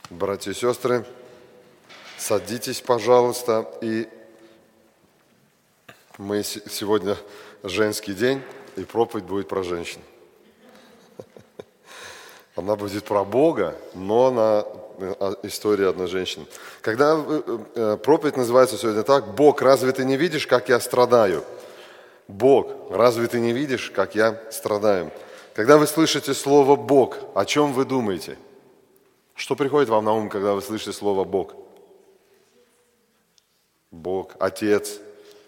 Братья и сестры, садитесь, пожалуйста. И мы сегодня женский день, и проповедь будет про женщин. Она будет про Бога, но на истории одной женщины. Когда проповедь называется сегодня так: «Бог, разве ты не видишь, как я страдаю?» Бог, разве ты не видишь, как я страдаю? Когда вы слышите слово «Бог», о чем вы думаете? Что приходит вам на ум, когда вы слышите слово «Бог»? Бог, Отец,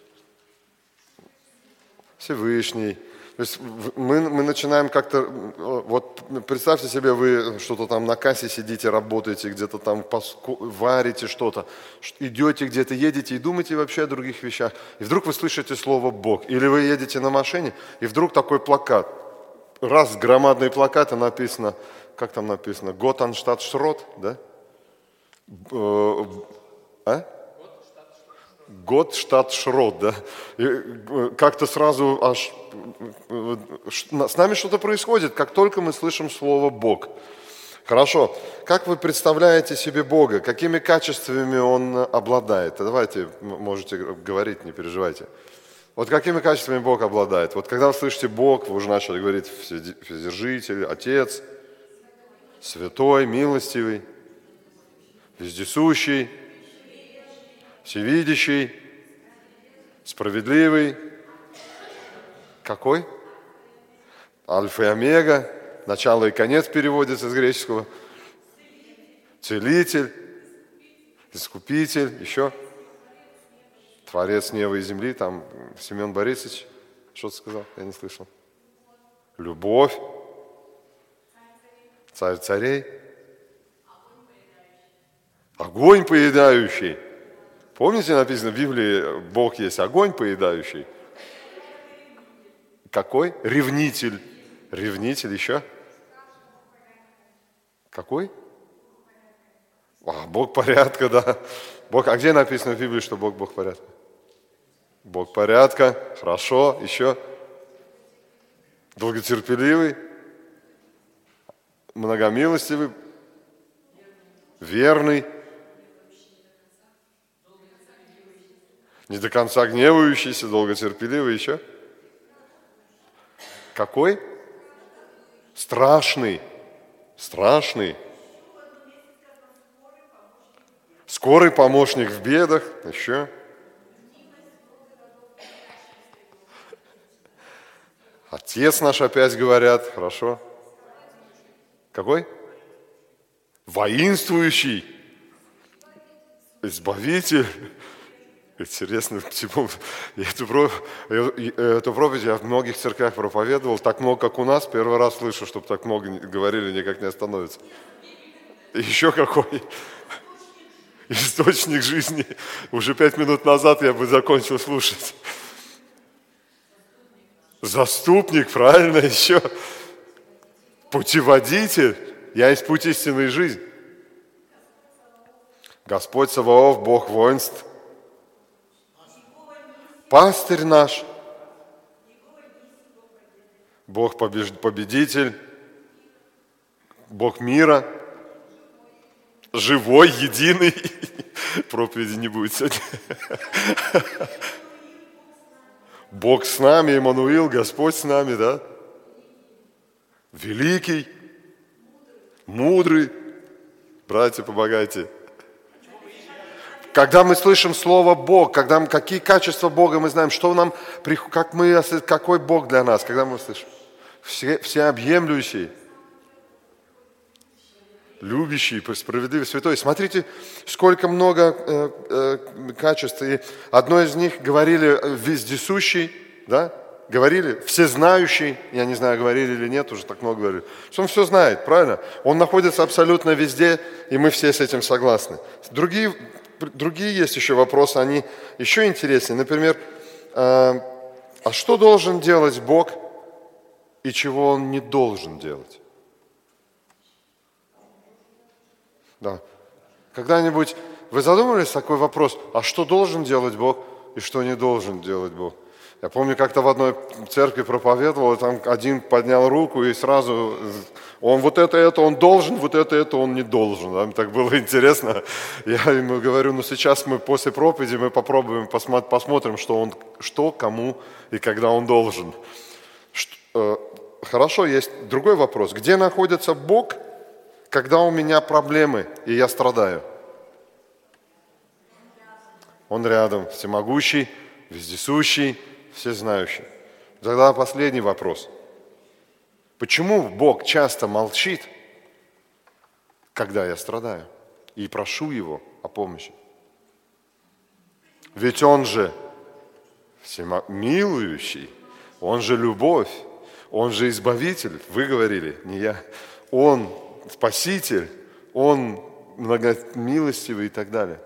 Всевышний. То есть мы начинаем как-то, вот представьте себе, вы что-то там на кассе сидите, работаете, где-то там варите что-то, идете где-то, едете и думаете вообще о других вещах. И вдруг вы слышите слово «Бог». Или вы едете на машине, и вдруг такой плакат. Раз, громадный плакат, и написано, как там написано, «Гott anstatt Schrott», да? Гott statt Schrott, да? И как-то сразу аж... С нами что-то происходит, как только мы слышим слово «Бог». Хорошо. Как вы представляете себе Бога? Какими качествами Он обладает? Давайте, можете говорить, не переживайте. Вот какими качествами Бог обладает? Вот когда вы слышите Бог, вы уже начали говорить Вседержитель, Отец, Святой, Милостивый, Вездесущий, Всевидящий, Справедливый. Какой? Альфа и Омега. Начало и конец переводится с греческого. Целитель, Искупитель, еще. Творец неба и земли. Там Семен Борисович что-то сказал, я не слышал. Любовь. Царь царей. Огонь поедающий. Помните, написано в Библии, Бог есть огонь поедающий? Какой? Ревнитель. Ревнитель еще? Какой? Бог порядка, да. Бог, а где написано в Библии, что Бог порядка? Бог порядка, хорошо, еще? Долготерпеливый, многомилостивый, верный, не до конца гневающийся, долготерпеливый, еще? Какой? Страшный. Страшный. Скорый помощник в бедах. Еще? Отец наш опять говорят. Хорошо. Какой? Воинствующий. Избавитель. Интересно, эту проповедь я в многих церквях проповедовал, так много, как у нас, первый раз слышу, чтобы так много говорили, никак не остановится. Еще какой? Источник жизни. Уже 5 минут назад я бы закончил слушать. Заступник, правильно, еще. Путеводитель. Я есть путь истины и жизнь. Господь Саваоф, Бог воинств. Пастырь наш, Бог победитель, Бог мира, живой, единый. Проповеди не будет сегодня. Бог с нами, Иммануил, Господь с нами, да? Великий, мудрый. Братья, помогайте. Когда мы слышим слово «Бог», какие качества Бога мы знаем, какой Бог для нас, когда мы слышим? Всеобъемлющий, любящий, справедливый, святой. Смотрите, сколько много качеств. И одно из них говорили вездесущий, да? Говорили всезнающий, я не знаю, говорили или нет, уже так много говорили. Что он все знает, правильно? Он находится абсолютно везде, и мы все с этим согласны. Другие есть еще вопросы, они еще интереснее. Например, а что должен делать Бог и чего Он не должен делать? Да. Когда-нибудь вы задумывались такой вопрос, а что должен делать Бог и что не должен делать Бог? Я помню, как-то в одной церкви проповедовал, и там один поднял руку, и сразу он вот это он должен, вот это он не должен. Нам так было интересно. Я ему говорю, ну сейчас мы после проповеди мы попробуем, посмотрим, что, кому и когда он должен. Хорошо, есть другой вопрос. Где находится Бог, когда у меня проблемы и я страдаю? Он рядом, всемогущий, вездесущий, всезнающий. Тогда последний вопрос. Почему Бог часто молчит, когда я страдаю, и прошу Его о помощи? Ведь Он же всемилующий, Он же любовь, Он же избавитель. Вы говорили, не я. Он спаситель, Он многомилостивый и так далее.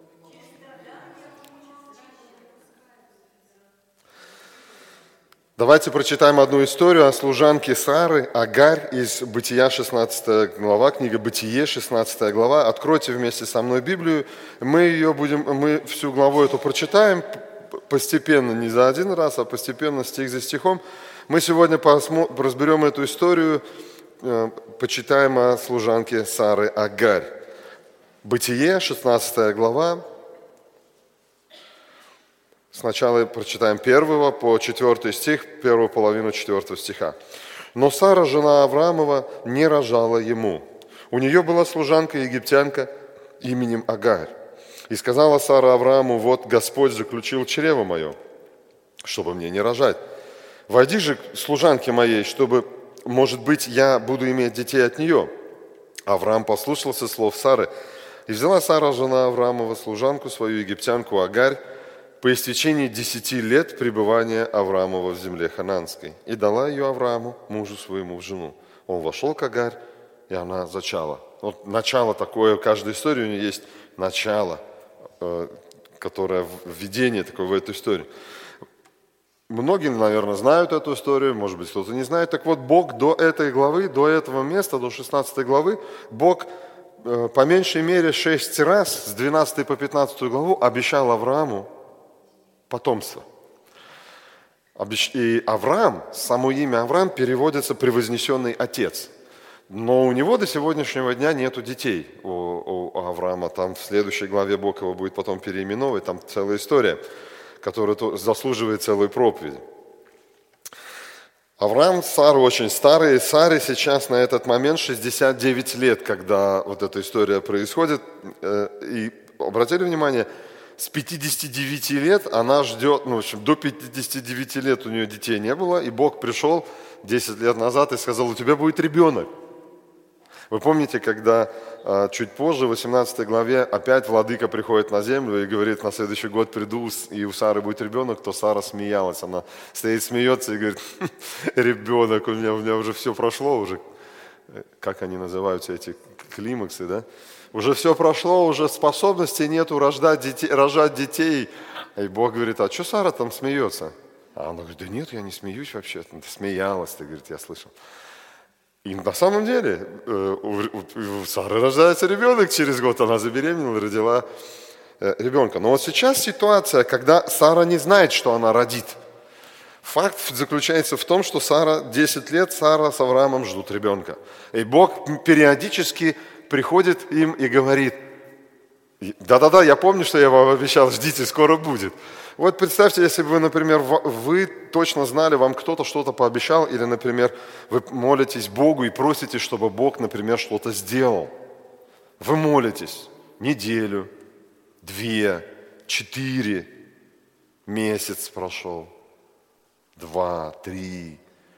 Давайте прочитаем одну историю о служанке Сары, Агарь, из Бытия, 16 глава, книга Бытие, 16 глава. Откройте вместе со мной Библию. Мы всю главу эту прочитаем постепенно, не за один раз, а постепенно, стих за стихом. Мы сегодня разберем эту историю, почитаем о служанке Сары Агарь. Бытие, 16 глава. Сначала прочитаем 1 по 4 стих, первую половину 4 стиха. «Но Сара, жена Авраамова, не рожала ему. У нее была служанка-египтянка именем Агарь. И сказала Сара Аврааму, вот Господь заключил чрево мое, чтобы мне не рожать. Войди же к служанке моей, чтобы, может быть, я буду иметь детей от нее». Авраам послушался слов Сары. И взяла Сара, жена Авраамова, служанку свою, египтянку Агарь, по истечении 10 лет пребывания Авраамова в земле Ханаанской, и дала ее Аврааму, мужу своему, в жену. Он вошел к Агарь, и она зачала. Вот начало такое, в каждой истории у нее есть начало, которое введение такое в эту историю. Многие, наверное, знают эту историю, может быть, кто-то не знает. Так вот, Бог до этой главы, до этого места, до 16 главы, Бог по меньшей мере 6 раз, с 12 по 15 главу, обещал Аврааму потомство. И Авраам, само имя Авраам переводится «превознесенный отец». Но у него до сегодняшнего дня нету детей, у Авраама. Там в следующей главе Бог его будет потом переименовывать, там целая история, которая заслуживает целой проповеди. Авраам, Сара очень старый, и Саре сейчас на этот момент 69 лет, когда вот эта история происходит. И обратили внимание, с 59 лет она ждет, в общем, до 59 лет у нее детей не было, и Бог пришел 10 лет назад и сказал, у тебя будет ребенок. Вы помните, когда чуть позже, в 18 главе, опять владыка приходит на землю и говорит, на следующий год приду, и у Сары будет ребенок, то Сара смеялась. Она стоит, смеется и говорит, ребенок, у меня уже все прошло, уже, как они называются, эти климаксы, да? Уже все прошло, уже способностей нету рожать детей. И Бог говорит, а что Сара там смеется? А она говорит, да нет, я не смеюсь вообще. Ты смеялась, ты, говорит, я слышал. И на самом деле у Сары рождается ребенок через год, она забеременела, родила ребенка. Но вот сейчас ситуация, когда Сара не знает, что она родит. Факт заключается в том, что 10 лет Сара с Авраамом ждут ребенка. И Бог периодически приходит им и говорит, да-да-да, я помню, что я вам обещал, ждите, скоро будет. Вот представьте, если бы вы, например, вы точно знали, вам кто-то что-то пообещал, или, например, вы молитесь Богу и просите, чтобы Бог, например, что-то сделал. Вы молитесь неделю, 2, 4, месяц прошел, 2, 3,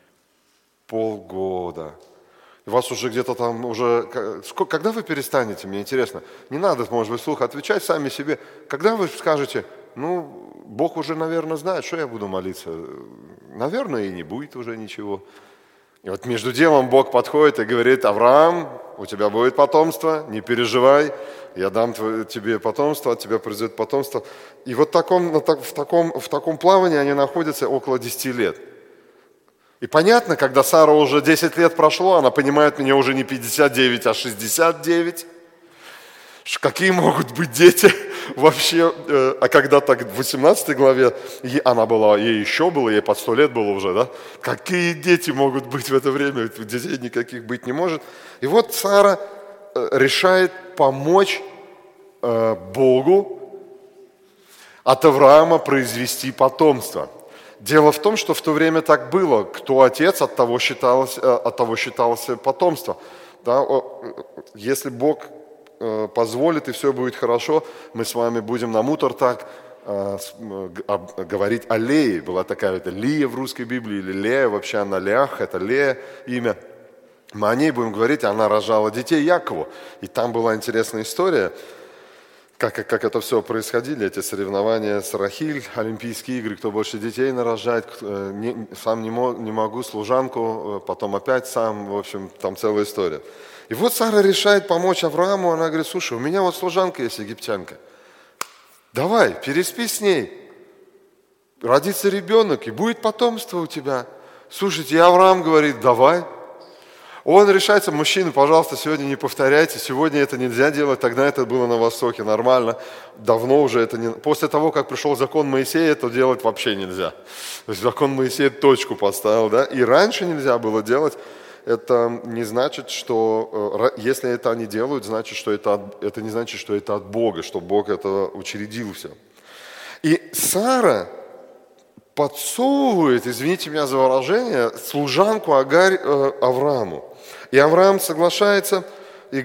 полгода. И вас уже где-то там уже... Когда вы перестанете, мне интересно, не надо, может быть, вслух отвечать сами себе. Когда вы скажете, Бог уже, наверное, знает, что я буду молиться. Наверное, и не будет уже ничего. И вот между делом Бог подходит и говорит, Авраам, у тебя будет потомство, не переживай, я дам тебе потомство, от тебя произойдет потомство. И вот в таком плавании они находятся около 10 лет. И понятно, когда Сара уже 10 лет прошло, она понимает, мне уже не 59, а 69. Какие могут быть дети? вообще, а когда так в 18 главе, ей еще было, ей под 100 лет было уже, да? Какие дети могут быть в это время? Детей никаких быть не может. И вот Сара решает помочь Богу от Авраама произвести потомство. Дело в том, что в то время так было. Кто отец, от того считалось потомство. Да? Если Бог позволит и все будет хорошо, мы с вами будем на мутар говорить о Лее. Была такая Лия в русской Библии, или Лея, вообще она Леах, это Лея имя. Мы о ней будем говорить, она рожала детей Якову. И там была интересная история, как это все происходило, эти соревнования с Рахиль, Олимпийские игры, кто больше детей нарожает, сам не могу, служанку, потом опять сам, в общем, там целая история. И вот Сара решает помочь Аврааму, она говорит, слушай, у меня вот служанка есть египтянка, давай, переспи с ней, родится ребенок, и будет потомство у тебя. Слушайте, и Авраам говорит, давай. Он решается, мужчины, пожалуйста, сегодня не повторяйте, сегодня это нельзя делать, тогда это было на Востоке нормально, давно уже это не... После того, как пришел закон Моисея, это делать вообще нельзя. То есть закон Моисея точку поставил, да, и раньше нельзя было делать, это не значит, что, если это они делают, значит, что это не значит, что это от Бога, что Бог это учредил все. И Сара подсовывает, извините меня за выражение, служанку Агарь Аврааму. И Авраам соглашается, и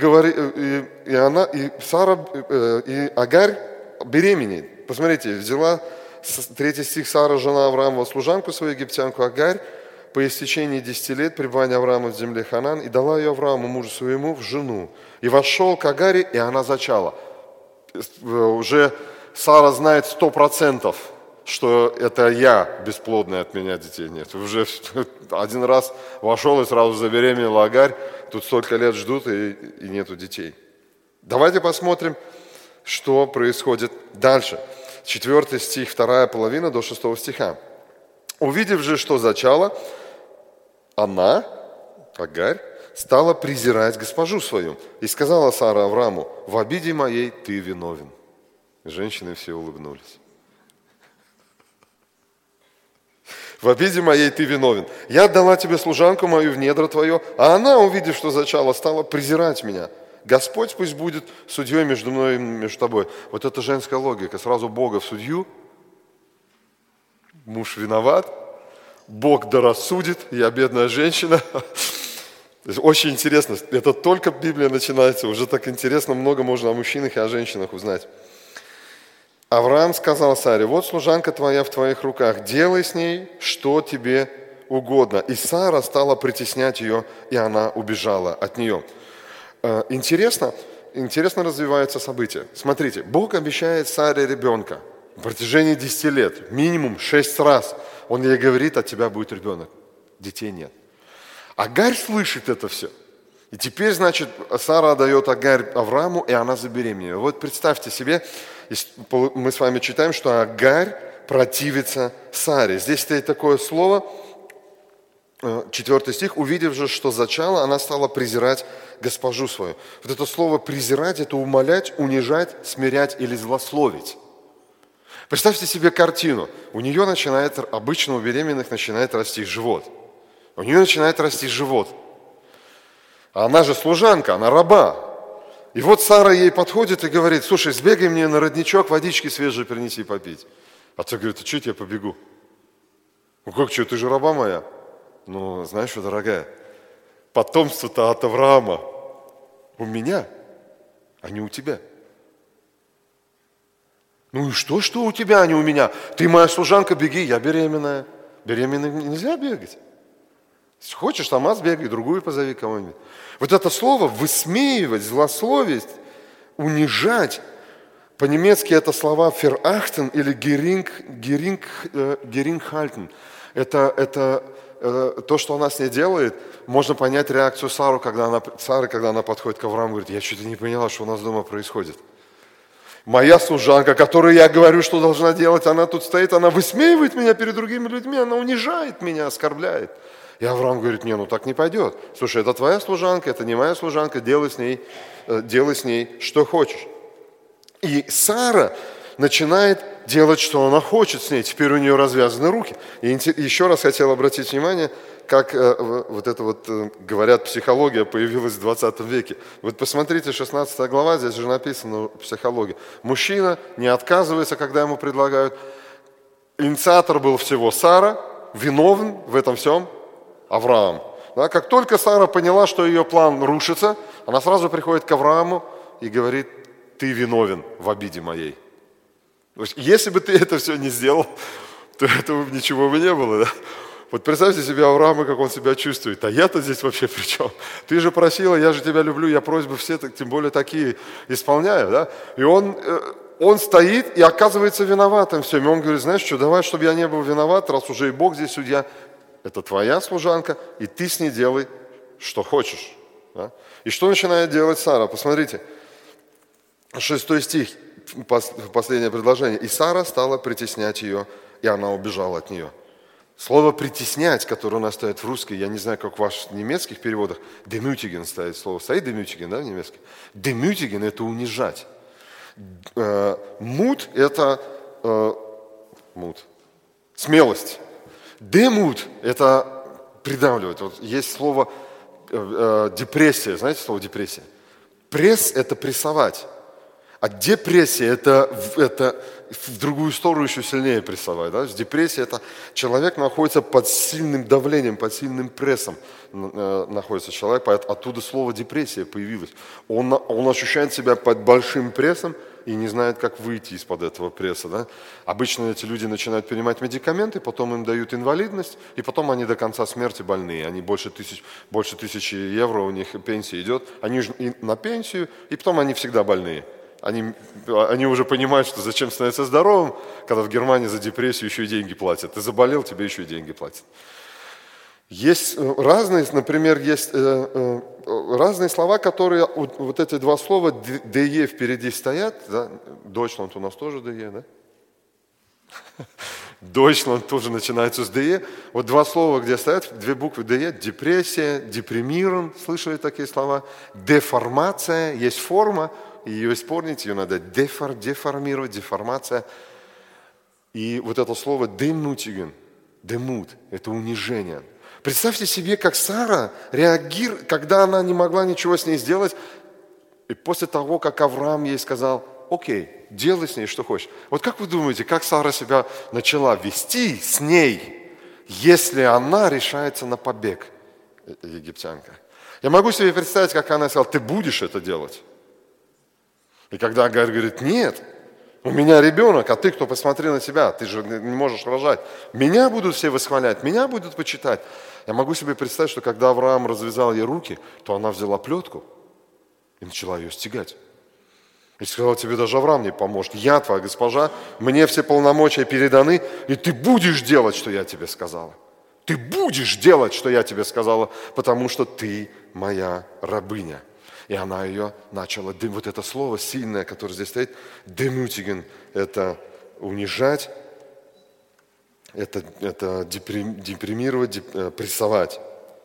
Агарь беременеет. Посмотрите, взяла 3 стих, Сара, жена Авраамова, служанку свою, египтянку Агарь, по истечении 10 лет пребывания Авраама в земле Ханан, и дала ее Аврааму, мужу своему, в жену. И вошел к Агаре, и она зачала. Уже Сара знает 100%, что это я бесплодный, от меня детей нет. Уже один раз вошел и сразу забеременела Агарь, тут столько лет ждут и нету детей. Давайте посмотрим, что происходит дальше. 4 стих, 2 половина до 6 стиха. «Увидев же, что зачала, она, Агарь, стала презирать госпожу свою. И сказала Сара Аврааму, в обиде моей ты виновен». Женщины все улыбнулись. В обиде моей ты виновен. Я отдала тебе служанку мою в недра твое, а она, увидев, что зачала, стала презирать меня. Господь пусть будет судьей между мной и между тобой. Вот это женская логика. Сразу Бога в судью. Муж виноват. Бог да рассудит. Я бедная женщина. Очень интересно. Это только Библия начинается. Уже так интересно. Много можно о мужчинах и о женщинах узнать. Авраам сказал Саре, вот служанка твоя в твоих руках, делай с ней, что тебе угодно. И Сара стала притеснять ее, и она убежала от нее. Интересно развиваются события. Смотрите, Бог обещает Саре ребенка на протяжении 10 лет, минимум 6 раз. Он ей говорит, от тебя будет ребенок. Детей нет. Агарь слышит это все. И теперь, значит, Сара отдает Агарь Аврааму, и она забеременела. Вот представьте себе, мы с вами читаем, что Агарь противится Саре. Здесь стоит такое слово, 4 стих, увидев же, что зачала, она стала презирать госпожу свою. Вот это слово презирать, это умолять, унижать, смирять или злословить. Представьте себе картину. У нее обычно у беременных начинает расти живот. У нее начинает расти живот. А она же служанка, она раба. И вот Сара ей подходит и говорит, слушай, сбегай мне на родничок, водички свежей принеси попить. А ты говорит, а что я тебе побегу? Ну как что, ты же раба моя. Ну, знаешь что, дорогая, потомство-то от Авраама у меня, а не у тебя. Ну и что у тебя, а не у меня? Ты моя служанка, беги, я беременная. Беременной нельзя бегать. Если хочешь, сама сбегай, другую позови кого-нибудь. Вот это слово высмеивать, злословить, унижать. По-немецки это слова «ферахтен» или «герингхальтен». Это то, что она с ней делает. Можно понять реакцию Сары, когда она подходит к Аврааму и говорит, я что-то не поняла, что у нас дома происходит. Моя служанка, которой я говорю, что должна делать, она тут стоит, она высмеивает меня перед другими людьми, она унижает меня, оскорбляет. И Авраам говорит, не, ну так не пойдет. Слушай, это твоя служанка, это не моя служанка, делай с ней что хочешь. И Сара начинает делать, что она хочет с ней. Теперь у нее развязаны руки. И еще раз хотел обратить внимание, как говорят, психология появилась в 20 веке. Вот посмотрите, 16 глава, здесь же написано психология. Мужчина не отказывается, когда ему предлагают. Инициатор был всего Сара, виновен в этом всем Авраам. Да, как только Сара поняла, что ее план рушится, она сразу приходит к Аврааму и говорит: ты виновен в обиде моей. То есть, если бы ты это все не сделал, то этого ничего бы не было. Да? Вот представьте себе Авраама, как он себя чувствует. А я-то здесь вообще при чем? Ты же просила, я же тебя люблю, я просьбы все, тем более такие, исполняю. Да? И он стоит и оказывается виноватым всем. И он говорит: знаешь что, давай, чтобы я не был виноват, раз уже и Бог здесь судья, это твоя служанка, и ты с ней делай, что хочешь. Да? И что начинает делать Сара? Посмотрите, 6 стих, последнее предложение. «И Сара стала притеснять ее, и она убежала от нее». Слово «притеснять», которое у нас стоит в русской, я не знаю, как в ваших немецких переводах, «демютиген» стоит слово. Стоит «демютиген», да, в немецком? «Демютиген» – это унижать. «Мут» – это смелость. «Демут» – это придавливать. Вот есть слово депрессия, знаете слово депрессия? Пресс – это прессовать. А депрессия – это в другую сторону еще сильнее прессовать. Да? Депрессия – это человек находится под сильным давлением, под сильным прессом находится человек. Оттуда слово депрессия появилось. Он ощущает себя под большим прессом и не знает, как выйти из-под этого пресса. Да? Обычно эти люди начинают принимать медикаменты, потом им дают инвалидность, и потом они до конца смерти больные. Они больше 1000 евро у них пенсия идет. Они же на пенсию, и потом они всегда больные. Они уже понимают, что зачем становиться здоровым, когда в Германии за депрессию еще и деньги платят. Ты заболел, тебе еще и деньги платят. Есть разные, например, есть разные слова, которые, вот эти два слова «де» впереди стоят. Да? Deutschland у нас тоже «де», да? Deutschland тоже начинается с «де». Вот два слова, где стоят, две буквы «де». Депрессия, депримирован, слышали такие слова? Деформация, есть форма. Ее исполнить, ее надо деформировать, деформация. И вот это слово «демутиген», «демут» – это унижение. Представьте себе, как Сара реагирует, когда она не могла ничего с ней сделать, и после того, как Авраам ей сказал: окей, делай с ней, что хочешь. Вот как вы думаете, как Сара себя начала вести с ней, если она решается на побег, египтянка? Я могу себе представить, как она сказала: ты будешь это делать? И когда Агарь говорит: нет, у меня ребенок, а ты кто, посмотри на себя, ты же не можешь рожать. Меня будут все восхвалять, меня будут почитать. Я могу себе представить, что когда Авраам развязал ей руки, то она взяла плетку и начала ее стегать. И сказала: тебе даже Авраам не поможет, я твоя госпожа, мне все полномочия переданы, и ты будешь делать, что я тебе сказала. Ты будешь делать, что я тебе сказала, потому что ты моя рабыня. И она ее начала, вот это слово сильное, которое здесь стоит, демютиген, это унижать, это депримировать, прессовать.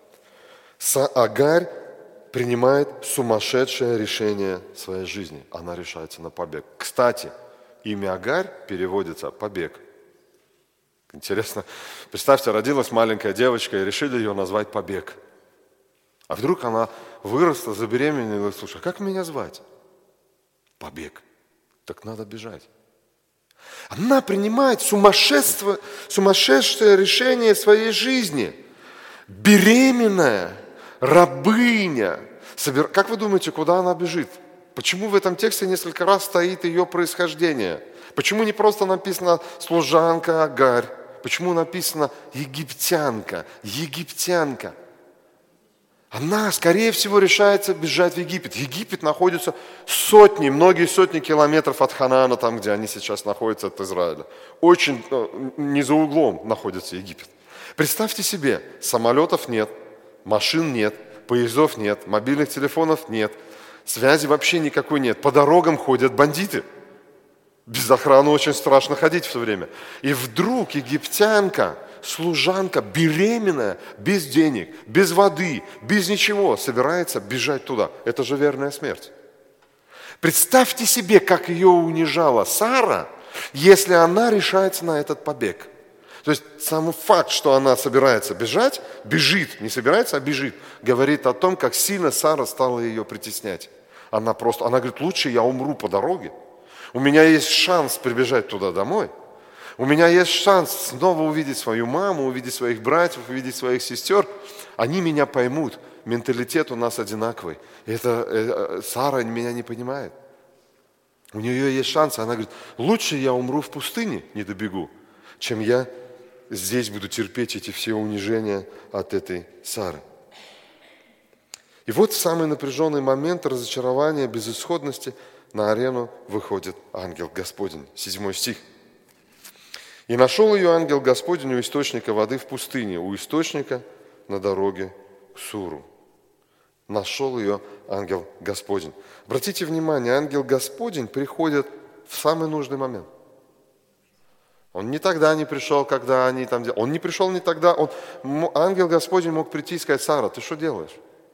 Агарь принимает сумасшедшее решение своей жизни. Она решается на побег. Кстати, имя Агарь переводится «побег». Интересно, представьте, родилась маленькая девочка, и решили ее назвать «Побег». А вдруг она выросла, забеременела, слушай, а как меня звать? Побег. Так надо бежать. Она принимает сумасшедшее решение своей жизни. Беременная, рабыня. Как вы думаете, куда она бежит? Почему в этом тексте несколько раз стоит ее происхождение? Почему не просто написано служанка Агарь? Почему написано египтянка? Египтянка. Она, скорее всего, решается бежать в Египет. Египет находится многие сотни километров от Ханаана, там, где они сейчас находятся, от Израиля. Очень не за углом находится Египет. Представьте себе, самолетов нет, машин нет, поездов нет, мобильных телефонов нет, связи вообще никакой нет. По дорогам ходят бандиты. Без охраны очень страшно ходить все время. И вдруг египтянка, служанка, беременная, без денег, без воды, без ничего, собирается бежать туда. Это же верная смерть. Представьте себе, как ее унижала Сара, если она решается на этот побег. То есть сам факт, что она собирается бежать, бежит, не собирается, а бежит, говорит о том, как сильно Сара стала ее притеснять. Она говорит, лучше я умру по дороге. У меня есть шанс прибежать туда домой. У меня есть шанс снова увидеть свою маму, увидеть своих братьев, увидеть своих сестер. Они меня поймут. Менталитет у нас одинаковый. Сара меня не понимает. У нее есть шанс. Она говорит, лучше я умру в пустыне, не добегу, чем я здесь буду терпеть эти все унижения от этой Сары. И вот в самый напряженный момент разочарования, безысходности на арену выходит ангел Господень. 7 стих. «И нашел ее ангел Господень у источника воды в пустыне, у источника на дороге к Суру». Нашел ее ангел Господень. Обратите внимание, ангел Господень приходит в самый нужный момент. Он не тогда не пришел, когда они там делали. Он не пришел не тогда. Ангел Господень мог прийти и сказать, Сара, ты что делаешь?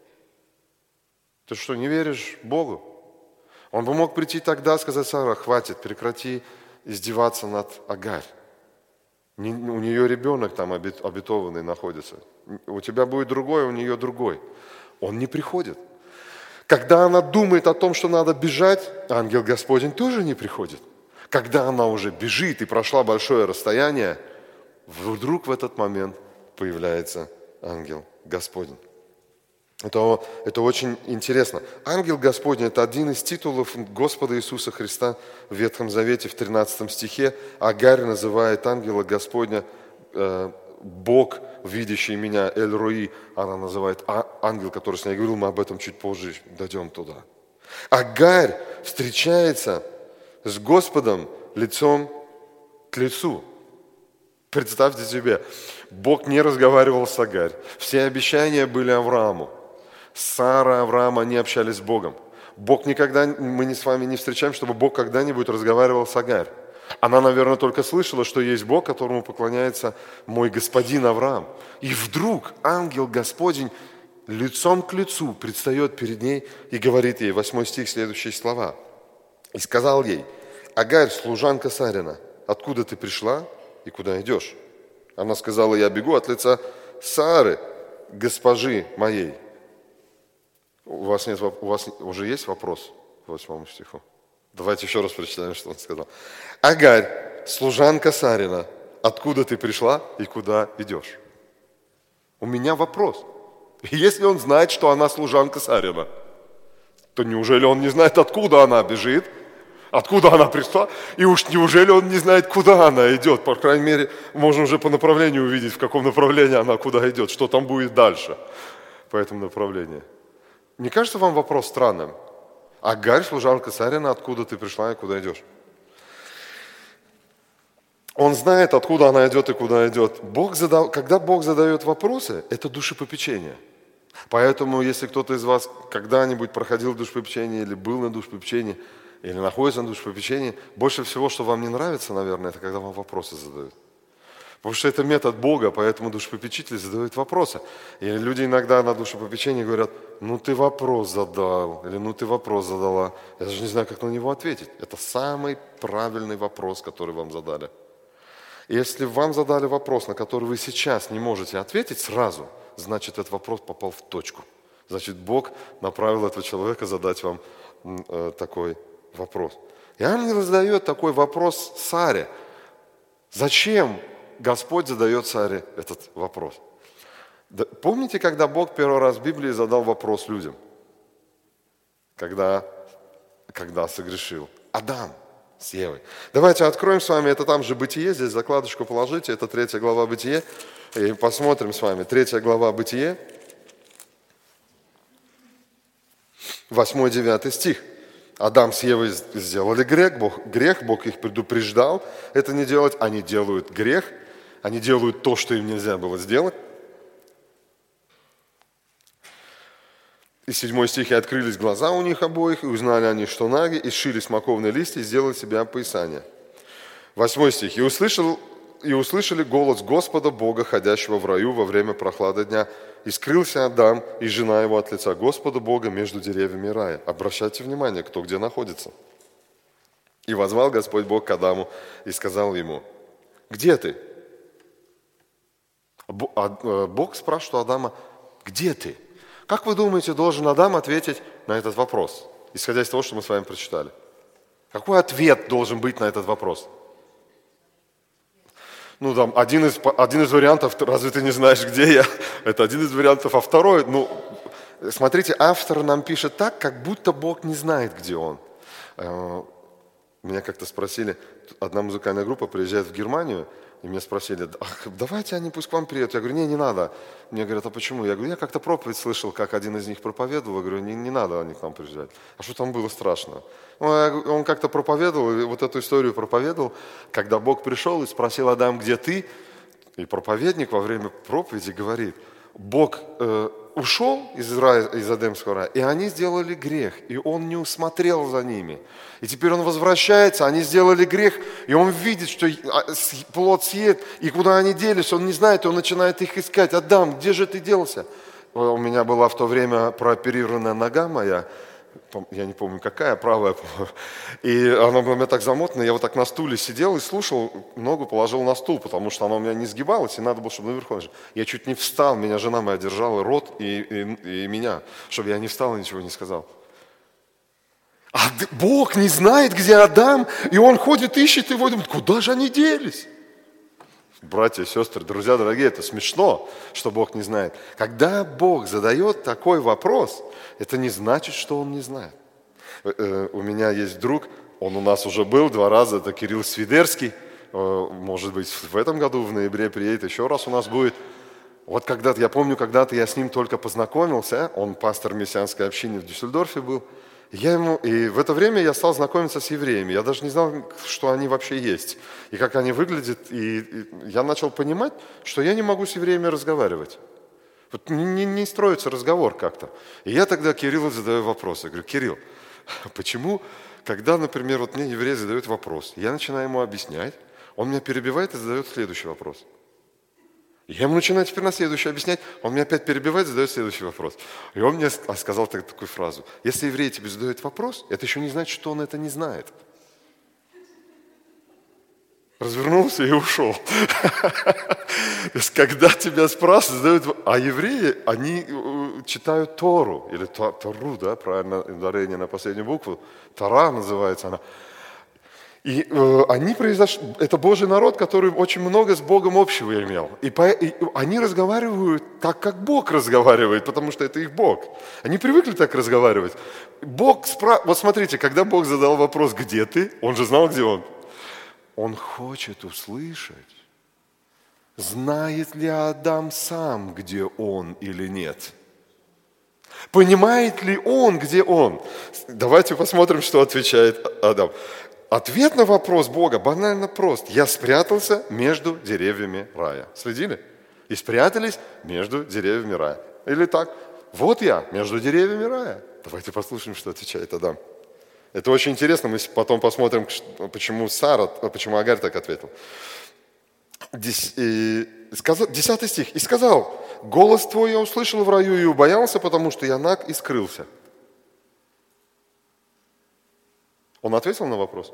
Ты что, не веришь Богу? Он бы мог прийти тогда и сказать, Сара, хватит, прекрати издеваться над Агарь. У нее ребенок там обетованный находится. У тебя будет другой, у нее другой. Он не приходит. Когда она думает о том, что надо бежать, ангел Господень тоже не приходит. Когда она уже бежит и прошла большое расстояние, вдруг в этот момент появляется ангел Господень. Это очень интересно. Ангел Господень – это один из титулов Господа Иисуса Христа в Ветхом Завете, в 13 стихе. Агарь называет ангела Господня Бог, видящий меня, Эль-Руи. Она называет ангел, который с ней говорил, мы об этом чуть позже дойдем туда. Агарь встречается с Господом лицом к лицу. Представьте себе, Бог не разговаривал с Агарь. Все обещания были Аврааму. Сара, Авраам, они общались с Богом. Мы с вами не встречаем, чтобы Бог когда-нибудь разговаривал с Агарь. Она, наверное, только слышала, что есть Бог, которому поклоняется мой господин Авраам. И вдруг ангел Господень лицом к лицу предстает перед ней и говорит ей, 8 стих, следующие слова. «И сказал ей, Агарь, служанка Сарина, откуда ты пришла и куда идешь?» Она сказала, я бегу от лица Сары, госпожи моей. У вас уже есть вопрос к 8 стиху? Давайте еще раз прочитаем, что он сказал. Агарь, служанка Сарина, откуда ты пришла и куда идешь? У меня вопрос. Если он знает, что она служанка Сарина, то неужели он не знает, откуда она бежит, откуда она пришла, и уж неужели он не знает, куда она идет? По крайней мере, можно уже по направлению увидеть, в каком направлении она куда идет, что там будет дальше по этому направлению. Не кажется вам вопрос странным? Агарь, служанка Сарина, откуда ты пришла и куда идешь? Он знает, откуда она идет и куда идет. Когда Бог задает вопросы, это душепопечение. Поэтому, если кто-то из вас когда-нибудь проходил душепопечение или был на душепопечении, или находится на душепопечении, больше всего, что вам не нравится, наверное, это когда вам вопросы задают. Потому что это метод Бога, поэтому душепопечители задают вопросы. И люди иногда на душепопечении говорят, ну ты вопрос задал, или ну ты вопрос задала. Я даже не знаю, как на него ответить. Это самый правильный вопрос, который вам задали. И если вам задали вопрос, на который вы сейчас не можете ответить сразу, значит, этот вопрос попал в точку. Значит, Бог направил этого человека задать вам такой вопрос. И ангел задает такой вопрос Саре. Зачем Господь задает Саре этот вопрос? Помните, когда Бог первый раз в Библии задал вопрос людям? Когда согрешил Адам с Евой. Давайте откроем с вами, это там же Бытие, здесь закладочку положите, это 3 глава Бытие. И посмотрим с вами, 3 глава Бытие, 8-9 стих. Адам с Евой сделали грех, Бог их предупреждал это не делать, они делают грех, они делают то, что им нельзя было сделать. И 7 стих, и открылись глаза у них обоих, и узнали они, что наги, и сшили смоковные листья, и сделали себе опоясание. 8 стих, и услышали голос Господа Бога, ходящего в раю во время прохлады дня, И скрылся Адам и жена его от лица Господа Бога между деревьями рая. Обращайте внимание, кто где находится. И воззвал Господь Бог к Адаму и сказал ему: где ты? Бог спрашивает у Адама: где ты? Как вы думаете, должен Адам ответить на этот вопрос, исходя из того, что мы с вами прочитали? Какой ответ должен быть на этот вопрос? Ну, там, один из вариантов, разве ты не знаешь, где я? Это один из вариантов, а второй, смотрите, автор нам пишет так, как будто Бог не знает, где он. Меня как-то спросили, одна музыкальная группа приезжает в Германию, и меня спросили: давайте они пусть к вам приедут. Я говорю: не надо. Мне говорят: а почему? Я говорю: я как-то проповедь слышал, как один из них проповедовал. Я говорю: не надо они к нам приезжать. А что там было страшного? Он как-то проповедовал, и вот эту историю проповедовал, когда Бог пришел и спросил: Адам, где ты? И проповедник во время проповеди говорит: Бог ушел из рая, из Эдемского рая, и они сделали грех, и он не усмотрел за ними. И теперь он возвращается, они сделали грех, и он видит, что плод съест, и куда они делись, он не знает, и он начинает их искать. Адам, где же ты делся? У меня была в то время прооперированная нога моя, я не помню какая, правая, и она была у меня так замотана, я вот так на стуле сидел и слушал, ногу положил на стул, потому что она у меня не сгибалась, и надо было, чтобы наверху лежать. Я чуть не встал, меня жена моя держала рот и меня, чтобы я не встал и ничего не сказал. А Бог не знает, где Адам, и он ходит, ищет его, и думает: куда же они делись? Братья и сестры, друзья дорогие, это смешно, что Бог не знает. Когда Бог задает такой вопрос, это не значит, что Он не знает. У меня есть друг, он у нас уже был 2 раза, это Кирилл Свидерский. Может быть, в этом году, в ноябре, приедет, еще раз у нас будет. Вот когда-то, я помню, когда-то я с ним только познакомился, он пастор мессианской общины в Дюссельдорфе был. И в это время я стал знакомиться с евреями. Я даже не знал, что они вообще есть, и как они выглядят. И я начал понимать, что я не могу с евреями разговаривать. Вот не строится разговор как-то. И я тогда Кириллу задаю вопрос. Я говорю: Кирилл, почему, когда, например, вот мне еврей задает вопрос, я начинаю ему объяснять, он меня перебивает и задает следующий вопрос. Я ему начинаю теперь на следующий объяснять, он меня опять перебивает, задает следующий вопрос. И он мне сказал такую фразу: если еврей тебе задает вопрос, это еще не значит, что он это не знает. Развернулся и ушел. То есть, когда тебя спрашивают, задают... А евреи, они читают Тору, или Тору, да, правильно, ударение на последнюю букву, Тора называется она. И это Божий народ, который очень много с Богом общего имел. И они разговаривают так, как Бог разговаривает, потому что это их Бог. Они привыкли так разговаривать. Вот смотрите, когда Бог задал вопрос: где ты? Он же знал, где он. Он хочет услышать, знает ли Адам сам, где он или нет. Понимает ли он, где он? Давайте посмотрим, что отвечает Адам. Ответ на вопрос Бога банально прост. Я спрятался между деревьями рая. Следили? И спрятались между деревьями рая. Или так: вот я между деревьями рая. Давайте послушаем, что отвечает Адам. Это очень интересно. Мы потом посмотрим, почему Агарь так ответил. 10 стих. «И сказал: голос твой я услышал в раю и убоялся, потому что я наг и скрылся». Он ответил на вопрос?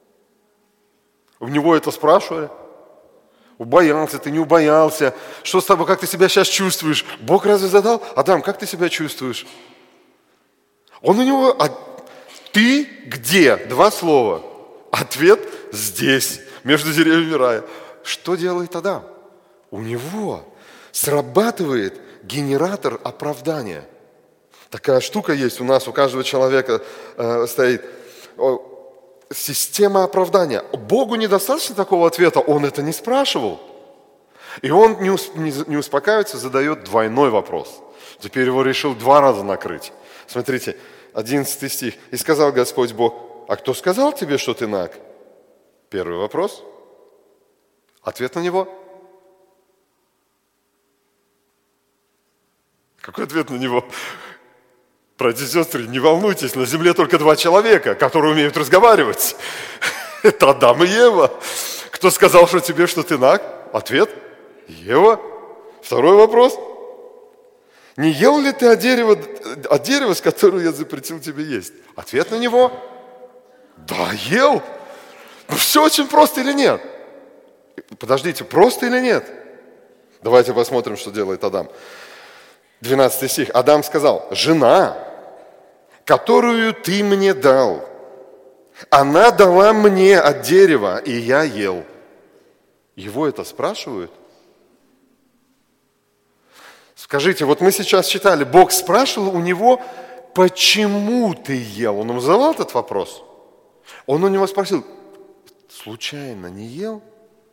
У него это спрашивали? Убоялся, ты не убоялся? Что с тобой, как ты себя сейчас чувствуешь? Бог разве задал? Адам, как ты себя чувствуешь? Он у него... Ты где? 2 слова. Ответ здесь, между деревьями рая. Что делает Адам? У него срабатывает генератор оправдания. Такая штука есть у нас, у каждого человека стоит... Система оправдания. Богу недостаточно такого ответа, он это не спрашивал. И он не успокаивается, задает двойной вопрос. Теперь его решил 2 раза накрыть. Смотрите, 11 стих. «И сказал Господь Бог: а кто сказал тебе, что ты наг?» Первый вопрос. Ответ на него. Какой ответ на него? Братья и сестры, не волнуйтесь, на земле только 2 человека, которые умеют разговаривать. Это Адам и Ева. Кто сказал, что тебе, что ты наг? Ответ – Ева. Второй вопрос. Не ел ли ты от дерева, с которого я запретил тебе есть? Ответ на него: да, ел. Ну все очень просто или нет? Подождите, просто или нет? Давайте посмотрим, что делает Адам. 12 стих. Адам сказал: жена, которую ты мне дал, она дала мне от дерева, и я ел. Его это спрашивают? Скажите, вот мы сейчас читали, Бог спрашивал у него, почему ты ел? Он ему задавал этот вопрос? Он у него спросил: случайно не ел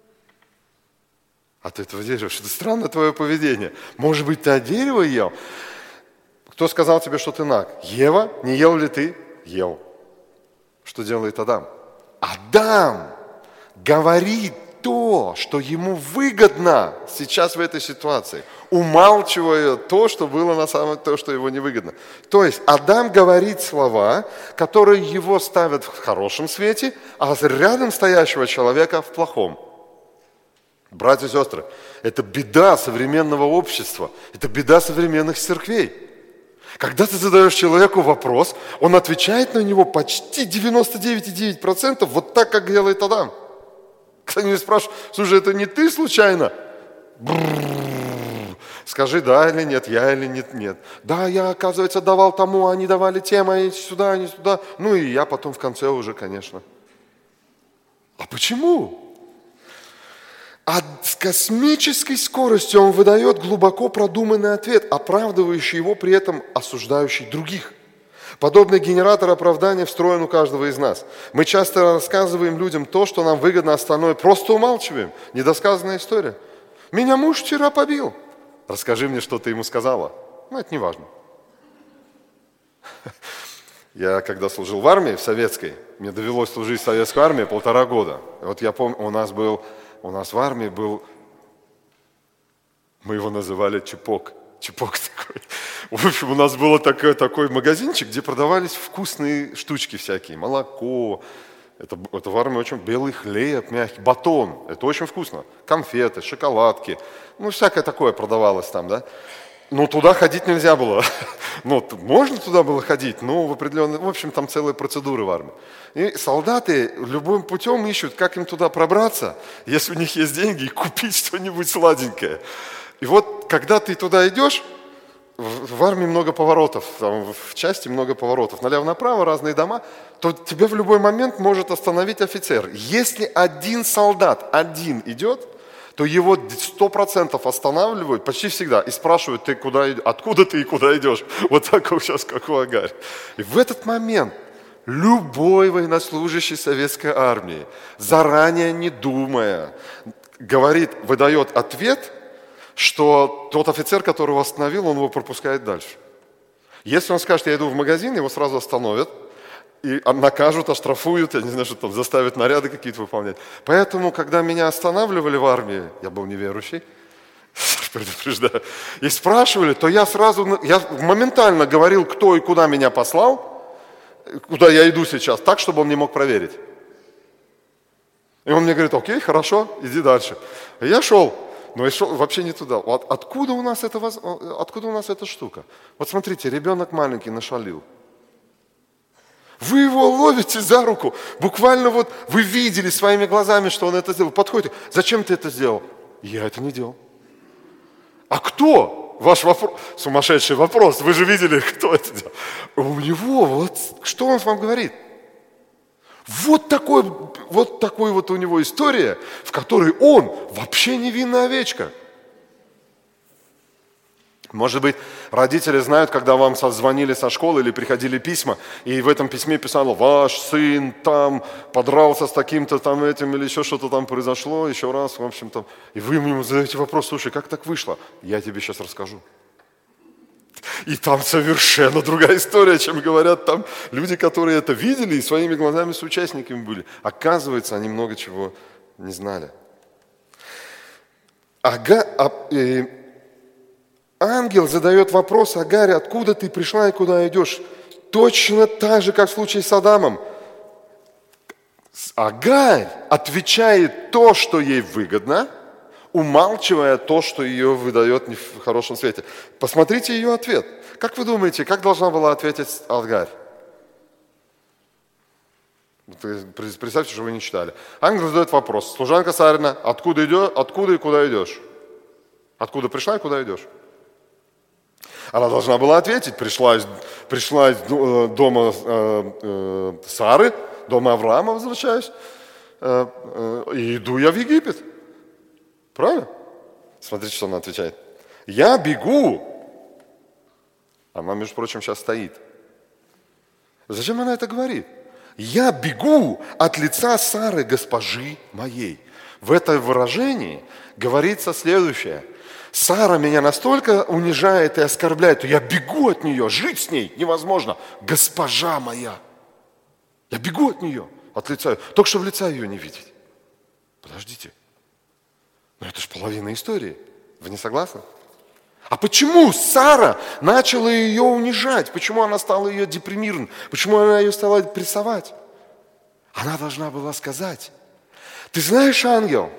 от этого дерева? Что-то странное твое поведение. Может быть, ты от дерева ел? Кто сказал тебе, что ты наг? Ева, не ел ли ты? Ел. Что делает Адам? Адам говорит то, что ему выгодно сейчас в этой ситуации, умалчивая то, что было на самом деле, то, что его невыгодно. То есть Адам говорит слова, которые его ставят в хорошем свете, а рядом стоящего человека в плохом. Братья и сестры, это беда современного общества, это беда современных церквей. Когда ты задаешь человеку вопрос, он отвечает на него почти 99,9% вот так, как делает Адам. Кто-нибудь спрашивает: слушай, это не ты случайно? Скажи, да или нет, я или нет, нет. Да, я, оказывается, давал тому, они давали тем, они сюда, они сюда. Ну и я потом в конце уже, конечно. А почему? А с космической скоростью он выдает глубоко продуманный ответ, оправдывающий его, при этом осуждающий других. Подобный генератор оправдания встроен у каждого из нас. Мы часто рассказываем людям то, что нам выгодно, остальное просто умалчиваем. Недосказанная история. Меня муж вчера побил. Расскажи мне, что ты ему сказала. Ну, это не важно. Я когда служил в армии, в советской, мне довелось служить в советской армии 1,5 года. Вот я помню, у нас в армии был, мы его называли чепок. Чепок такой. В общем, у нас был такой магазинчик, где продавались вкусные штучки всякие. Молоко, это в армии очень белый хлеб, мягкий, батон. Это очень вкусно. Конфеты, шоколадки. Ну, всякое такое продавалось там, да. Ну, туда ходить нельзя было. Ну, можно туда было ходить, но в определенный... В общем, там целая процедура в армии. И солдаты любым путем ищут, как им туда пробраться, если у них есть деньги, и купить что-нибудь сладенькое. И вот, когда ты туда идешь, в армии много поворотов, там, в части много поворотов, налево-направо, разные дома, то тебя в любой момент может остановить офицер. Если один солдат, один идет, то его 100% останавливают почти всегда и спрашивают: ты куда, откуда ты и куда идешь? Вот так вот сейчас, как у Агарь. И в этот момент любой военнослужащий советской армии, заранее не думая, выдает ответ, что тот офицер, которого остановил, он его пропускает дальше. Если он скажет: я иду в магазин, его сразу остановят и накажут, оштрафуют, я не знаю, что там, заставят наряды какие-то выполнять. Поэтому, когда меня останавливали в армии, я был неверующий, предупреждаю, и спрашивали, то я моментально говорил, кто и куда меня послал, куда я иду сейчас, так, чтобы он не мог проверить. И он мне говорит: окей, хорошо, иди дальше. И я шел. Но я шел вообще не туда. Откуда у нас эта штука? Вот смотрите, ребенок маленький нашалил. Вы его ловите за руку. Буквально вот вы видели своими глазами, что он это сделал. Подходите: зачем ты это сделал? Я это не делал. А кто? Ваш вопрос, сумасшедший вопрос. Вы же видели, кто это делал. У него, вот что он вам говорит? Вот такой вот у него история, в которой он вообще невинная овечка. Может быть, родители знают, когда вам звонили со школы или приходили письма, и в этом письме писало: ваш сын там подрался с таким-то там этим, или еще что-то там произошло, еще раз, в общем там. И вы ему задаете вопрос: слушай, как так вышло? Я тебе сейчас расскажу. И там совершенно другая история, чем говорят там люди, которые это видели и своими глазами соучастниками были. Оказывается, они много чего не знали. Ангел задает вопрос Агаре: откуда ты пришла и куда идешь? Точно так же, как в случае с Адамом. Агарь отвечает то, что ей выгодно, умалчивая то, что ее выдает не в хорошем свете. Посмотрите ее ответ. Как вы думаете, как должна была ответить Агарь? Представьте, что вы не читали. Ангел задает вопрос. Служанка Сарина, откуда и куда идешь? Откуда пришла и куда идешь? Она должна была ответить. Пришла из дома Сары, дома Авраама возвращаюсь, и иду я в Египет. Правильно? Смотрите, что она отвечает. Я бегу. Она, между прочим, сейчас стоит. Зачем она это говорит? Я бегу от лица Сары, госпожи моей. В этом выражении говорится следующее. Сара меня настолько унижает и оскорбляет, что я бегу от нее, жить с ней невозможно. Госпожа моя. Я бегу от нее, от лица ее. Только что в лица ее не видеть. Подождите. Но это же половина истории. Вы не согласны? А почему Сара начала ее унижать? Почему она стала ее депримировать? Почему она ее стала прессовать? Она должна была сказать: ты знаешь, ангел,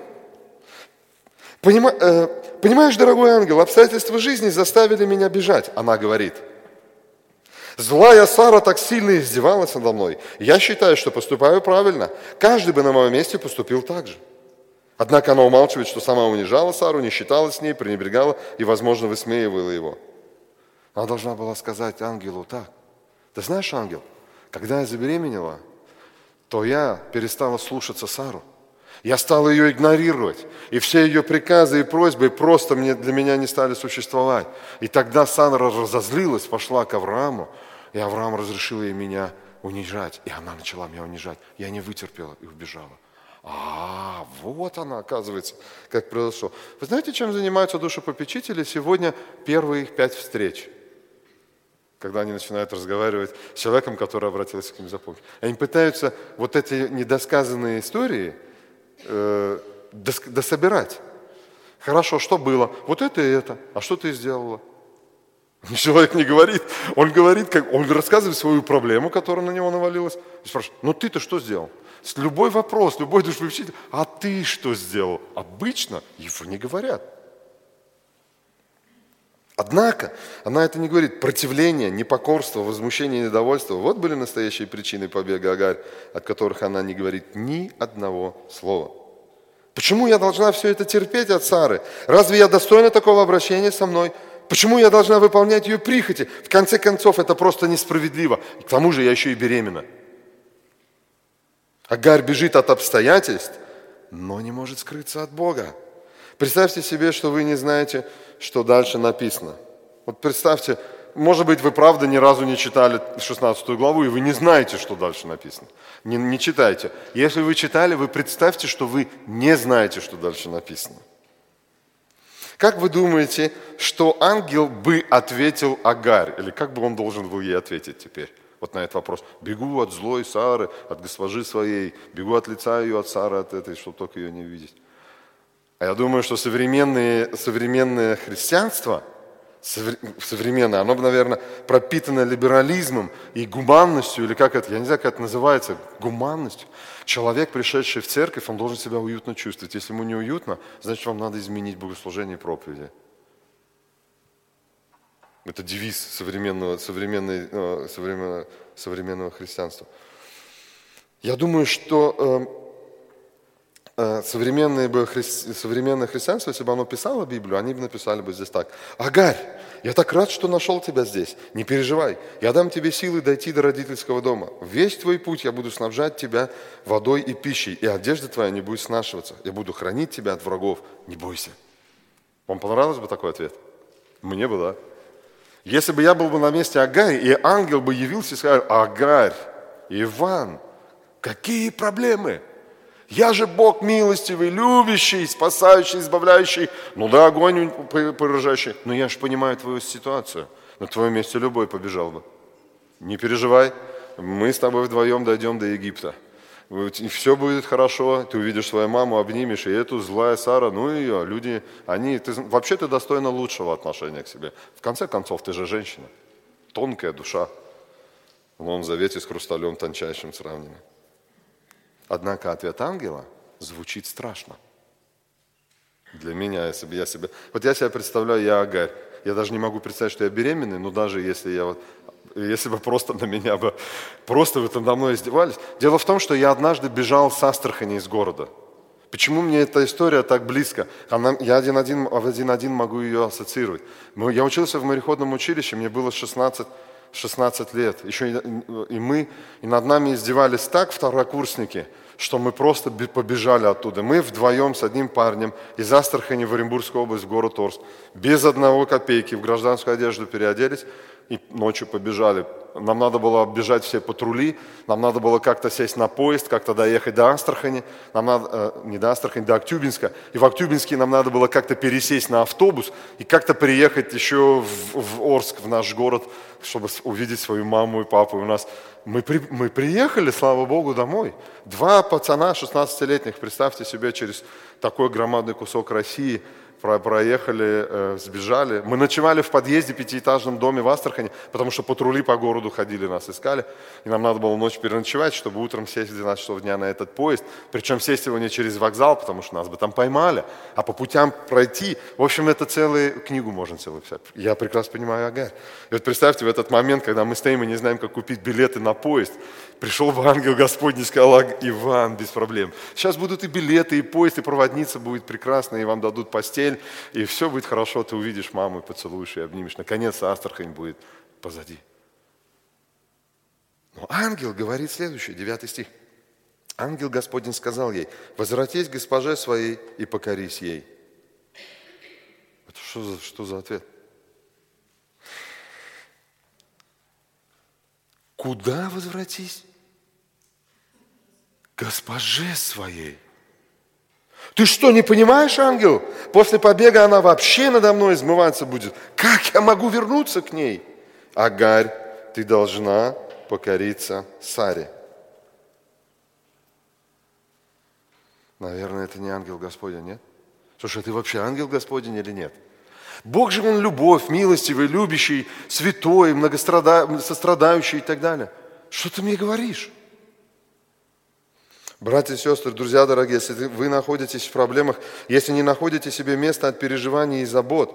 понимаешь, дорогой ангел, обстоятельства жизни заставили меня бежать. Она говорит: злая Сара так сильно издевалась надо мной. Я считаю, что поступаю правильно. Каждый бы на моем месте поступил так же. Однако она умалчивает, что сама унижала Сару, не считалась с ней, пренебрегала и, возможно, высмеивала его. Она должна была сказать ангелу так: ты знаешь, ангел, когда я забеременела, то я перестала слушаться Сару. Я стала ее игнорировать. И все ее приказы и просьбы просто для меня не стали существовать. И тогда Сара разозлилась, пошла к Аврааму, и Авраам разрешил ей меня унижать. И она начала меня унижать. Я не вытерпела и убежала. Вот она, оказывается, как произошло. Вы знаете, чем занимаются душепопечители? Сегодня первые их 5 встреч. Когда они начинают разговаривать с человеком, который обратился к ним за помощью. Они пытаются вот эти недосказанные истории дособирать. Хорошо, что было? Вот это и это. А что ты сделала? Человек не говорит. Он говорит, он рассказывает свою проблему, которая на него навалилась. И спрашивает: ну ты-то что сделал? Любой вопрос, любой душепопечитель: а ты что сделал? Обычно его не говорят. Однако она это не говорит. Противление, непокорство, возмущение, недовольство — вот были настоящие причины побега Агарь, от которых она не говорит ни одного слова. Почему я должна все это терпеть от Сары? Разве я достойна такого обращения со мной? Почему я должна выполнять ее прихоти? В конце концов, это просто несправедливо. К тому же я еще и беременна. Агарь бежит от обстоятельств, но не может скрыться от Бога. Представьте себе, что вы не знаете, что дальше написано. Вот представьте, может быть, вы правда ни разу не читали 16 главу, и вы не знаете, что дальше написано. Не читайте. Если вы читали, вы представьте, что вы не знаете, что дальше написано. Как вы думаете, что ангел бы ответил Агарь? Или как бы он должен был ей ответить теперь? Вот на этот вопрос. Бегу от злой Сары, от госпожи своей, бегу от лица ее, от Сары, от этой, чтобы только ее не видеть. А я думаю, что современное христианство, современное, оно, наверное, пропитано либерализмом и гуманностью, или как это, я не знаю, как это называется, гуманностью. Человек, пришедший в церковь, он должен себя уютно чувствовать. Если ему неуютно, значит, вам надо изменить богослужение и проповеди. Это девиз современного христианства. Я думаю, что современное христианство, если бы оно писало Библию, они бы написали бы здесь так: Агарь, я так рад, что нашел тебя здесь. Не переживай, я дам тебе силы дойти до родительского дома. Весь твой путь я буду снабжать тебя водой и пищей, и одежда твоя не будет снашиваться. Я буду хранить тебя от врагов, не бойся. Вам понравился бы такой ответ? Мне бы, да. Если бы я был бы на месте Агарь, и ангел бы явился и сказал: Агарь, Иван, какие проблемы? Я же Бог милостивый, любящий, спасающий, избавляющий. Ну да, огонь поражающий. Но я же понимаю твою ситуацию. На твоем месте любой побежал бы. Не переживай, мы с тобой вдвоем дойдем до Египта. И все будет хорошо, ты увидишь свою маму, обнимешь, и эту злая Сара, ну ее, люди, вообще ты достойна лучшего отношения к себе. В конце концов, ты же женщина, тонкая душа. В Новом Завете с хрусталем тончайшим сравнена. Однако ответ ангела звучит страшно. Для меня, если бы я себя... Вот я себя представляю, я Агарь. Я даже не могу представить, что я беременный, но даже если я вот... Если бы просто на меня бы... Просто вы там надо мной издевались. Дело в том, что я однажды бежал с Астрахани из города. Почему мне эта история так близко? Я один могу ее ассоциировать. Я учился в мореходном училище, мне было 16 лет. И над нами издевались так второкурсники, что мы просто побежали оттуда. Мы вдвоем с одним парнем из Астрахани в Оренбургскую область, в город Орск, без одного копейки, в гражданскую одежду переоделись и ночью побежали. Нам надо было оббежать все патрули, нам надо было как-то сесть на поезд, как-то доехать до Астрахани, не до Астрахани, до Актюбинска. И в Актюбинске нам надо было как-то пересесть на автобус и как-то приехать еще в Орск, в наш город, чтобы увидеть свою маму и папу. Мы приехали, слава Богу, домой. Два пацана 16-летних, представьте себе, через такой громадный кусок России проехали, сбежали. Мы ночевали в подъезде, пятиэтажном доме в Астрахани, потому что патрули по городу ходили, нас искали. И нам надо было ночью переночевать, чтобы утром сесть в 12 часов дня на этот поезд. Причем сесть его не через вокзал, потому что нас бы там поймали, а по путям пройти. В общем, это целую книгу можно целую писать. Я прекрасно понимаю Агарь. И вот представьте, в этот момент, когда мы стоим и не знаем, как купить билеты на поезд, пришел бы ангел Господний и сказал: Иван, без проблем. Сейчас будут и билеты, и поезд, и проводница будет прекрасно, и вам дадут постель, и все будет хорошо, ты увидишь маму, и поцелуешь, и обнимешь. Наконец-то Астрахань будет позади. Но ангел говорит следующее, 9 стих. Ангел Господень сказал ей: возвратись к госпоже своей и покорись ей. Это что за ответ? Куда возвратись? К госпоже своей. Ты что, не понимаешь, ангел? После побега она вообще надо мной измываться будет. Как я могу вернуться к ней? Агарь, ты должна покориться Саре. Наверное, это не ангел Господень, нет? Слушай, а ты вообще ангел Господень или нет? Бог же, Он любовь, милостивый, любящий, святой, сострадающий и так далее. Что ты мне говоришь? Братья и сестры, друзья дорогие, если вы находитесь в проблемах, если не находите себе места от переживаний и забот,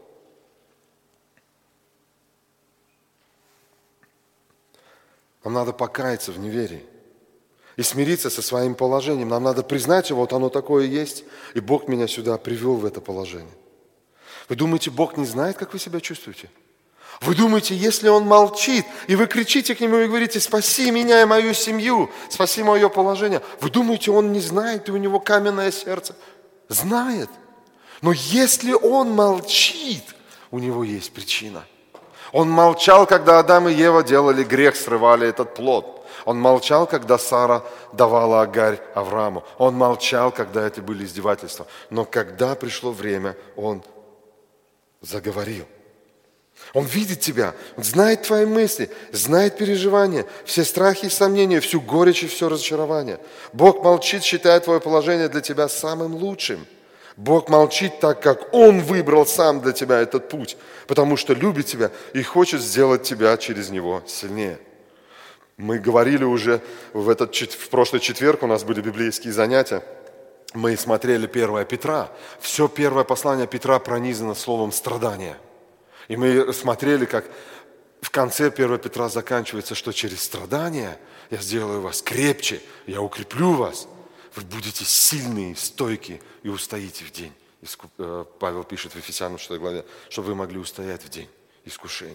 нам надо покаяться в неверии и смириться со своим положением. Нам надо признать его, вот оно такое есть, и Бог меня сюда привел в это положение. Вы думаете, Бог не знает, как вы себя чувствуете? Вы думаете, если Он молчит, и вы кричите к Нему и говорите: спаси меня и мою семью, спаси мое положение, вы думаете, Он не знает, и у Него каменное сердце? Знает. Но если Он молчит, у Него есть причина. Он молчал, когда Адам и Ева делали грех, срывали этот плод. Он молчал, когда Сара давала Агарь Аврааму. Он молчал, когда это были издевательства. Но когда пришло время, Он заговорил. Он видит тебя, Он знает твои мысли, знает переживания, все страхи и сомнения, всю горечь и все разочарование. Бог молчит, считая твое положение для тебя самым лучшим. Бог молчит так, как Он выбрал сам для тебя этот путь, потому что любит тебя и хочет сделать тебя через него сильнее. Мы говорили уже в прошлый четверг, у нас были библейские занятия, мы смотрели 1 Петра. Все первое послание Петра пронизано словом страдания. И мы смотрели, как в конце 1 Петра заканчивается, что через страдания я сделаю вас крепче, я укреплю вас. Вы будете сильные, стойкие и устоите в день. Павел пишет в Ефесянам 6 главе, чтобы вы могли устоять в день искушения.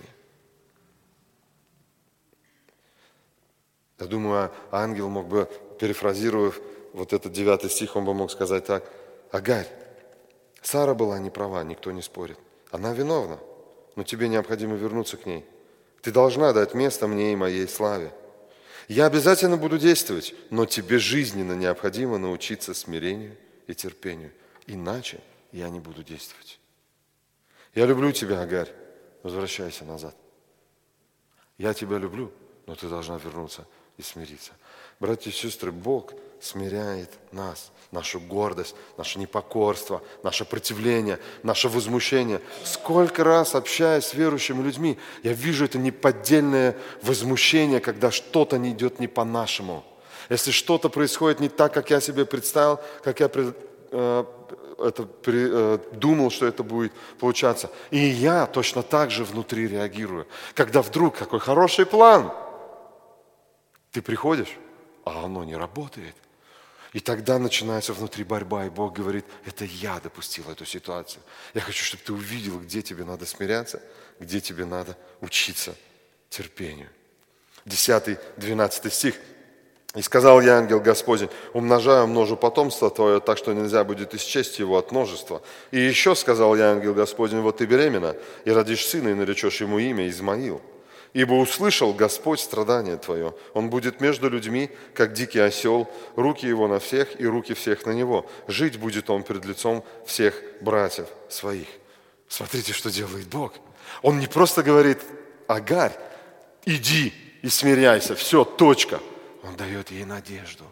Я думаю, ангел мог бы, перефразировав вот этот 9 стих, он бы мог сказать так: Агарь, Сара была не права, никто не спорит. Она виновна, но тебе необходимо вернуться к ней. Ты должна дать место мне и моей славе. Я обязательно буду действовать, но тебе жизненно необходимо научиться смирению и терпению. Иначе я не буду действовать. Я люблю тебя, Агарь, возвращайся назад. Я тебя люблю, но ты должна вернуться и смириться. Братья и сестры, Бог смиряет нас, нашу гордость, наше непокорство, наше противление, наше возмущение. Сколько раз, общаясь с верующими людьми, я вижу это неподдельное возмущение, когда что-то не идет не по-нашему. Если что-то происходит не так, как я себе представил, как я думал, что это будет получаться. И я точно так же внутри реагирую. Когда вдруг какой хороший план, ты приходишь, а оно не работает. И тогда начинается внутри борьба, и Бог говорит, это я допустил эту ситуацию. Я хочу, чтобы ты увидел, где тебе надо смиряться, где тебе надо учиться терпению. 10-12 стих. «И сказал я, ангел Господень, умножаю, множу потомство твое, так что нельзя будет исчесть его от множества. И еще сказал я, ангел Господень, вот ты беременна, и родишь сына, и наречешь ему имя Измаил. Ибо услышал Господь страдание твое. Он будет между людьми, как дикий осел, руки его на всех и руки всех на него. Жить будет он перед лицом всех братьев своих». Смотрите, что делает Бог. Он не просто говорит, Агарь, иди и смиряйся, все, точка. Он дает ей надежду.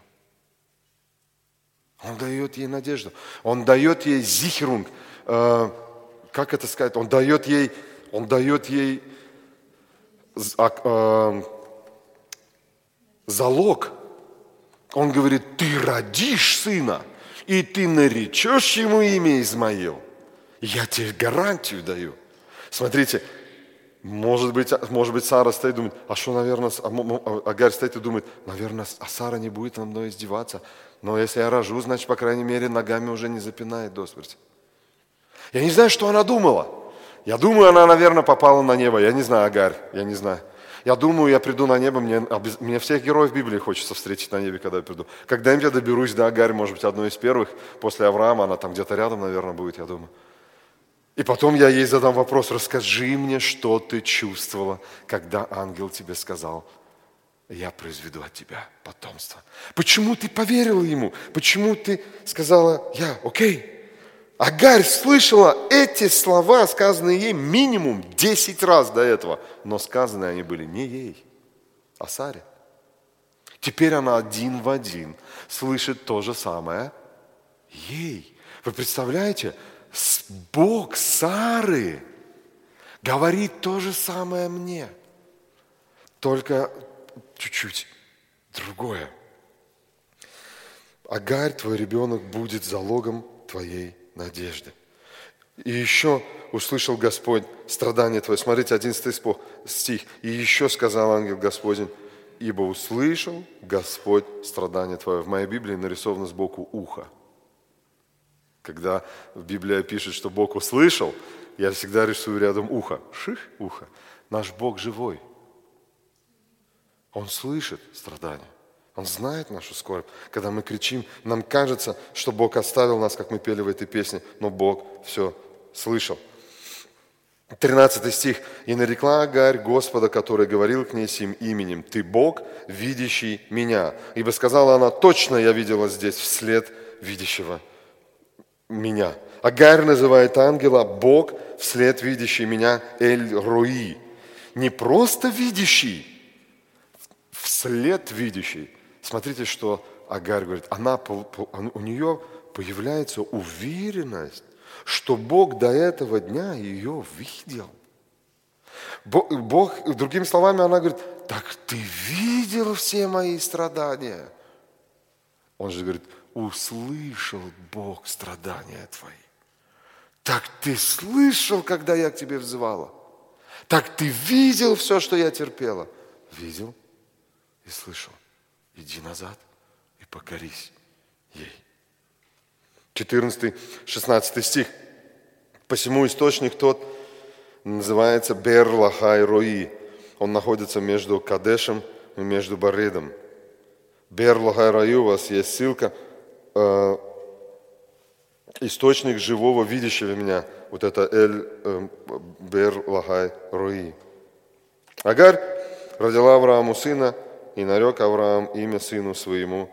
Он дает ей надежду. Он дает ей зихерунг. Как это сказать? Он дает ей залог. Он говорит, ты родишь сына, и ты наречешь ему имя Измаил. Я тебе гарантию даю. Смотрите, может быть, Сара стоит и думает, а что, наверное, Агарь стоит и думает, наверное, Сара не будет надо мной издеваться. Но если я рожу, значит, по крайней мере, ногами уже не запинает до смерти. Я не знаю, что она думала. Я думаю, она, наверное, попала на небо. Я не знаю, Агарь, я не знаю. Я думаю, я приду на небо, мне всех героев Библии хочется встретить на небе, когда я приду. Когда-нибудь я доберусь до Агарь, может быть, одной из первых, после Авраама, она там где-то рядом, наверное, будет, я думаю. И потом я ей задам вопрос, расскажи мне, что ты чувствовала, когда ангел тебе сказал, я произведу от тебя потомство. Почему ты поверила ему? Почему ты сказала, окей. Агарь слышала эти слова, сказанные ей минимум 10 раз до этого, но сказанные они были не ей, а Саре. Теперь она один в один слышит то же самое ей. Вы представляете? Бог Сары говорит то же самое мне, только чуть-чуть другое. Агарь, твой ребенок, будет залогом твоей надежды. И еще услышал Господь страдания твое. Смотрите, 11 стих. И еще сказал ангел Господень, ибо услышал Господь страдания твое. В моей Библии нарисовано сбоку ухо. Когда Библия пишет, что Бог услышал, я всегда рисую рядом ухо. Ухо. Наш Бог живой. Он слышит страдания. Он знает нашу скорбь. Когда мы кричим, нам кажется, что Бог оставил нас, как мы пели в этой песне, но Бог все слышал. 13 стих. «И нарекла Агарь Господа, который говорил к ней сим именем, ты Бог, видящий меня. Ибо сказала она, точно я видела здесь вслед видящего меня». Агарь называет ангела Бог, вслед видящий меня, Эль-Руи. Не просто видящий, вслед видящий. Смотрите, что Агарь говорит. У нее появляется уверенность, что Бог до этого дня ее видел. Бог, другими словами, она говорит, так ты видел все мои страдания. Он же говорит, услышал Бог страдания твои. Так ты слышал, когда я к тебе взывала? Так ты видел все, что я терпела? Видел и слышал. Иди назад и покорись ей. 14-16 стих. Посему источник тот называется Бер-Лахай-Рои. Он находится между Кадешем и между Баредом. Бер-Лахай-Рои, у вас есть ссылка. Источник живого, видящего меня. Вот это Бер-Лахай-Рои. Агарь родила Аврааму сына, и нарек Авраам имя сыну своему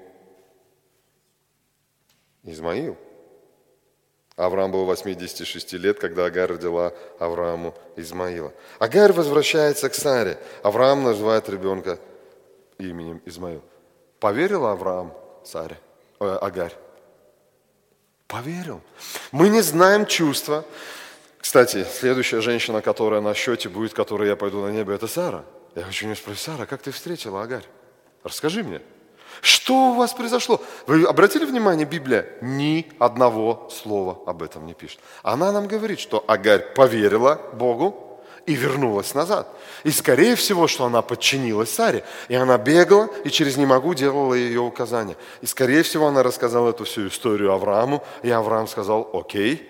Измаил. Авраам был 86 лет, когда Агарь родила Аврааму Измаила. Агарь возвращается к Саре. Авраам называет ребенка именем Измаил. Поверил Авраам Агарь? Поверил. Мы не знаем чувства. Кстати, следующая женщина, которая на счете будет, которой я пойду на небо, это Сара. Я хочу у нее спросить, Сара, как ты встретила Агарь? Расскажи мне. Что у вас произошло? Вы обратили внимание, Библия ни одного слова об этом не пишет. Она нам говорит, что Агарь поверила Богу и вернулась назад. И скорее всего, что она подчинилась Саре. И она бегала и через «не могу» делала ее указания. И скорее всего, она рассказала эту всю историю Аврааму. И Авраам сказал: окей.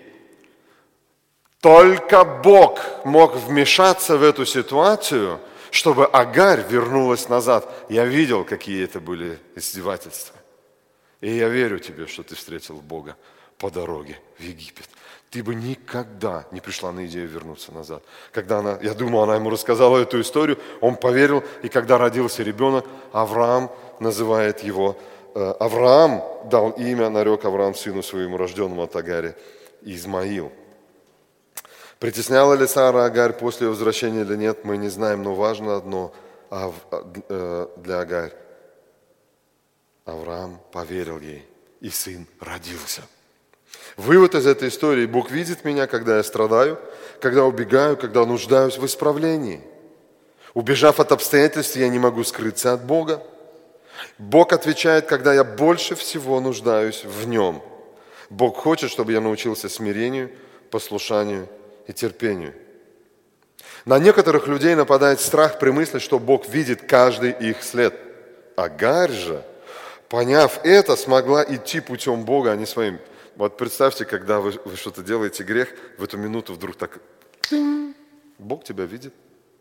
Только Бог мог вмешаться в эту ситуацию, чтобы Агарь вернулась назад. Я видел, какие это были издевательства. И я верю тебе, что ты встретил Бога по дороге в Египет. Ты бы никогда не пришла на идею вернуться назад. Я думаю, она ему рассказала эту историю, он поверил, и когда родился ребенок, Авраам называет его, Авраам дал имя, нарек Авраам сыну своему рожденному от Агари, Измаил. Притесняла ли Сара Агарь после возвращения или нет, мы не знаем, но важно одно для Агарь. Авраам поверил ей, и сын родился. Вывод из этой истории: Бог видит меня, когда я страдаю, когда убегаю, когда нуждаюсь в исправлении. Убежав от обстоятельств, я не могу скрыться от Бога. Бог отвечает, когда я больше всего нуждаюсь в Нем. Бог хочет, чтобы я научился смирению, послушанию и терпению. На некоторых людей нападает страх при мысли, что Бог видит каждый их след. Агарь же, поняв это, смогла идти путем Бога, а не своим. Вот представьте, когда вы что-то делаете грех, в эту минуту вдруг так, Бог тебя видит.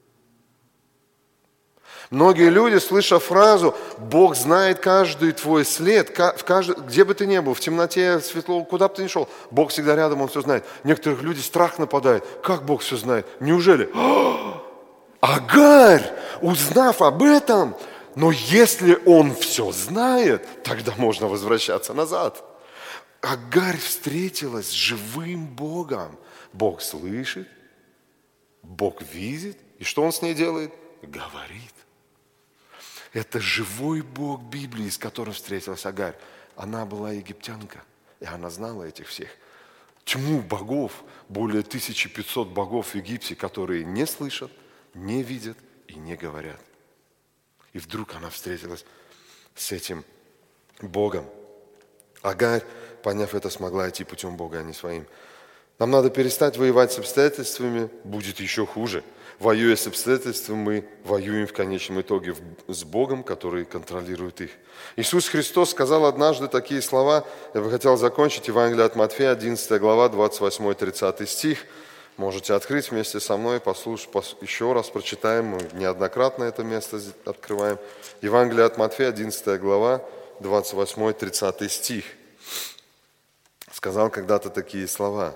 Многие люди, слыша фразу «Бог знает каждый твой след», где бы ты ни был, в темноте, светло, куда бы ты ни шел, Бог всегда рядом, Он все знает. Некоторых людей страх нападает. Как Бог все знает? Неужели? Агарь, узнав об этом, но если Он все знает, тогда можно возвращаться назад. Агарь встретилась с живым Богом. Бог слышит, Бог видит. И что Он с ней делает? Говорит. Это живой Бог Библии, с которым встретилась Агарь. Она была египтянка, и она знала этих всех. Тьму богов, более 1500 богов в Египте, которые не слышат, не видят и не говорят. И вдруг она встретилась с этим Богом. Агарь, поняв это, смогла идти путем Бога, а не своим. Нам надо перестать воевать с обстоятельствами, будет еще хуже. Воюя с обстоятельствами, мы воюем в конечном итоге с Богом, который контролирует их. Иисус Христос сказал однажды такие слова, я бы хотел закончить, Евангелие от Матфея, 11 глава, 28-30 стих. Можете открыть вместе со мной, послушать, еще раз прочитаем, мы неоднократно это место открываем. Евангелие от Матфея, 11 глава, 28-30 стих. Сказал когда-то такие слова.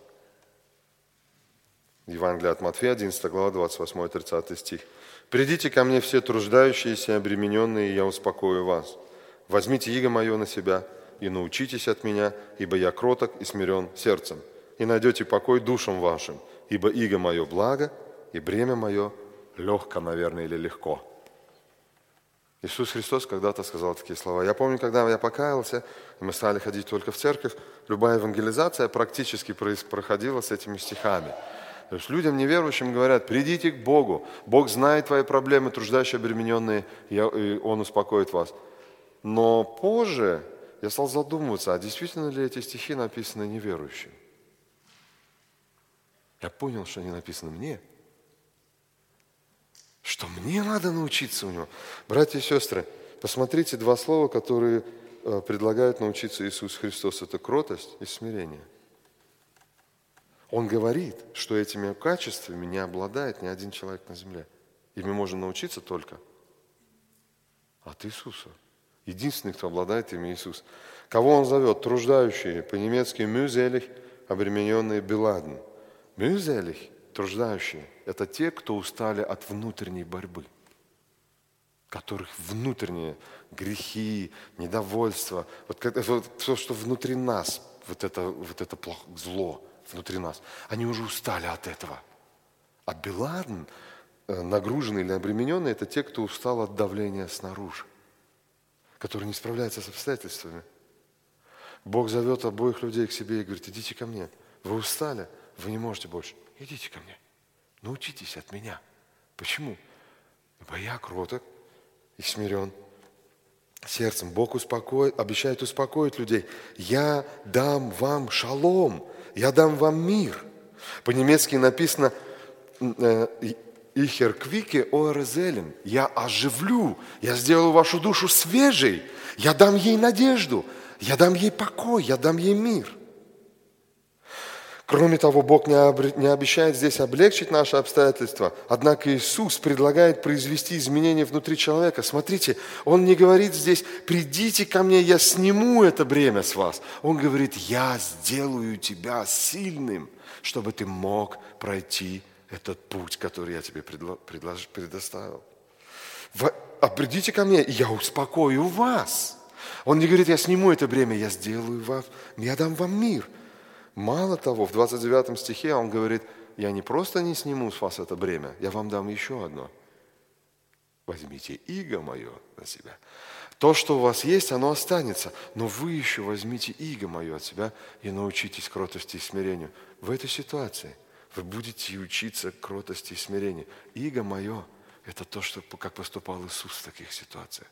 Евангелие от Матфея, 11 глава, 28-30 стих. «Придите ко мне все труждающиеся и обремененные, и я успокою вас. Возьмите иго мое на себя и научитесь от меня, ибо я кроток и смирен сердцем, и найдете покой душам вашим, ибо иго мое благо, и бремя мое легко, наверное, или легко». Иисус Христос когда-то сказал такие слова. Я помню, когда я покаялся, и мы стали ходить только в церковь, любая евангелизация практически проходила с этими стихами. То есть людям неверующим говорят: придите к Богу, Бог знает твои проблемы, труждающие, обремененные, и Он успокоит вас. Но позже я стал задумываться, а действительно ли эти стихи написаны неверующим? Я понял, что они написаны мне, что мне надо научиться у него. Братья и сестры, посмотрите два слова, которые предлагают научиться Иисус Христос. Это кротость и смирение. Он говорит, что этими качествами не обладает ни один человек на земле. Ими можно научиться только от Иисуса. Единственный, кто обладает ими, Иисус. Кого Он зовет? Труждающие, по-немецки «mühselig», обремененные «beladen». «Mühselig», труждающие, это те, кто устали от внутренней борьбы, которых внутренние грехи, недовольство, вот все, что внутри нас, вот это зло внутри нас, они уже устали от этого. А Беладен, нагруженный или обремененный, это те, кто устал от давления снаружи, которые не справляются с обстоятельствами. Бог зовет обоих людей к себе и говорит: идите ко мне. Вы устали, вы не можете больше. Идите ко мне. Научитесь от меня. Почему? Ибо я кроток и смирен сердцем. Бог обещает успокоить людей. Я дам вам шалом, я дам вам мир. По-немецки написано «Ихер квике оэрзелем». Я оживлю, я сделаю вашу душу свежей, я дам ей надежду, я дам ей покой, я дам ей мир. Кроме того, Бог не обещает здесь облегчить наши обстоятельства, однако Иисус предлагает произвести изменения внутри человека. Смотрите, Он не говорит здесь: «Придите ко мне, я сниму это бремя с вас». Он говорит: «Я сделаю тебя сильным, чтобы ты мог пройти этот путь, который я тебе предоставил. Придите ко мне, и я успокою вас». Он не говорит: «Я сниму это бремя, я сделаю вас, я дам вам мир». Мало того, в 29 стихе он говорит: «Я не просто не сниму с вас это бремя, я вам дам еще одно. Возьмите иго мое на себя». То, что у вас есть, оно останется, но вы еще возьмите иго мое от себя и научитесь кротости и смирению. В этой ситуации вы будете учиться кротости и смирению. Иго мое – это то, что, как поступал Иисус в таких ситуациях.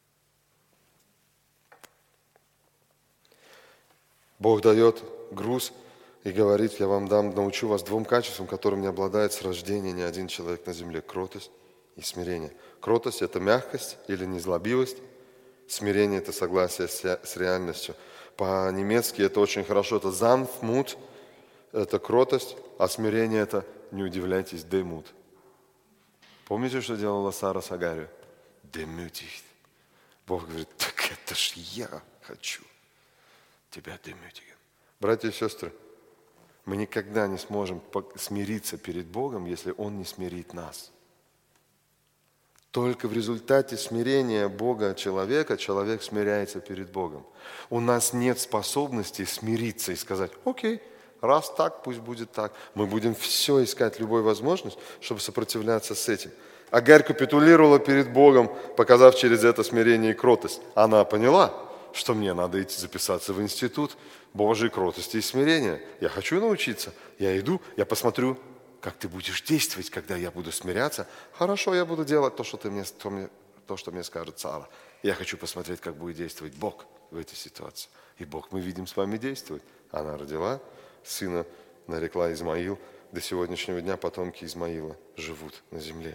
Бог дает груз и говорит: «Я вам научу вас двум качествам, которым не обладает с рождения ни один человек на земле: кротость и смирение». Кротость – это мягкость или незлобивость. Смирение – это согласие с реальностью. По-немецки это очень хорошо. Это «sanftmut», это кротость, а смирение – это, не удивляйтесь, «demut». Помните, что делала Сара с Агарью? «Demütigt». Бог говорит: «Так это ж я хочу тебя демютиген». Братья и сестры, мы никогда не сможем смириться перед Богом, если Он не смирит нас. Только в результате смирения Бога человека человек смиряется перед Богом. У нас нет способности смириться и сказать: «Окей, раз так, пусть будет так». Мы будем все искать, любую возможность, чтобы сопротивляться с этим. Агарь капитулировала перед Богом, показав через это смирение и кротость. Она поняла, что мне надо идти записаться в институт Божьей кротости и смирения. Я хочу научиться. Я иду, я посмотрю, как ты будешь действовать, когда я буду смиряться. Хорошо, я буду делать то, что мне скажет Сара. Я хочу посмотреть, как будет действовать Бог в этой ситуации. И Бог, мы видим, с вами действует. Она родила сына, нарекла Измаил. До сегодняшнего дня потомки Измаила живут на земле.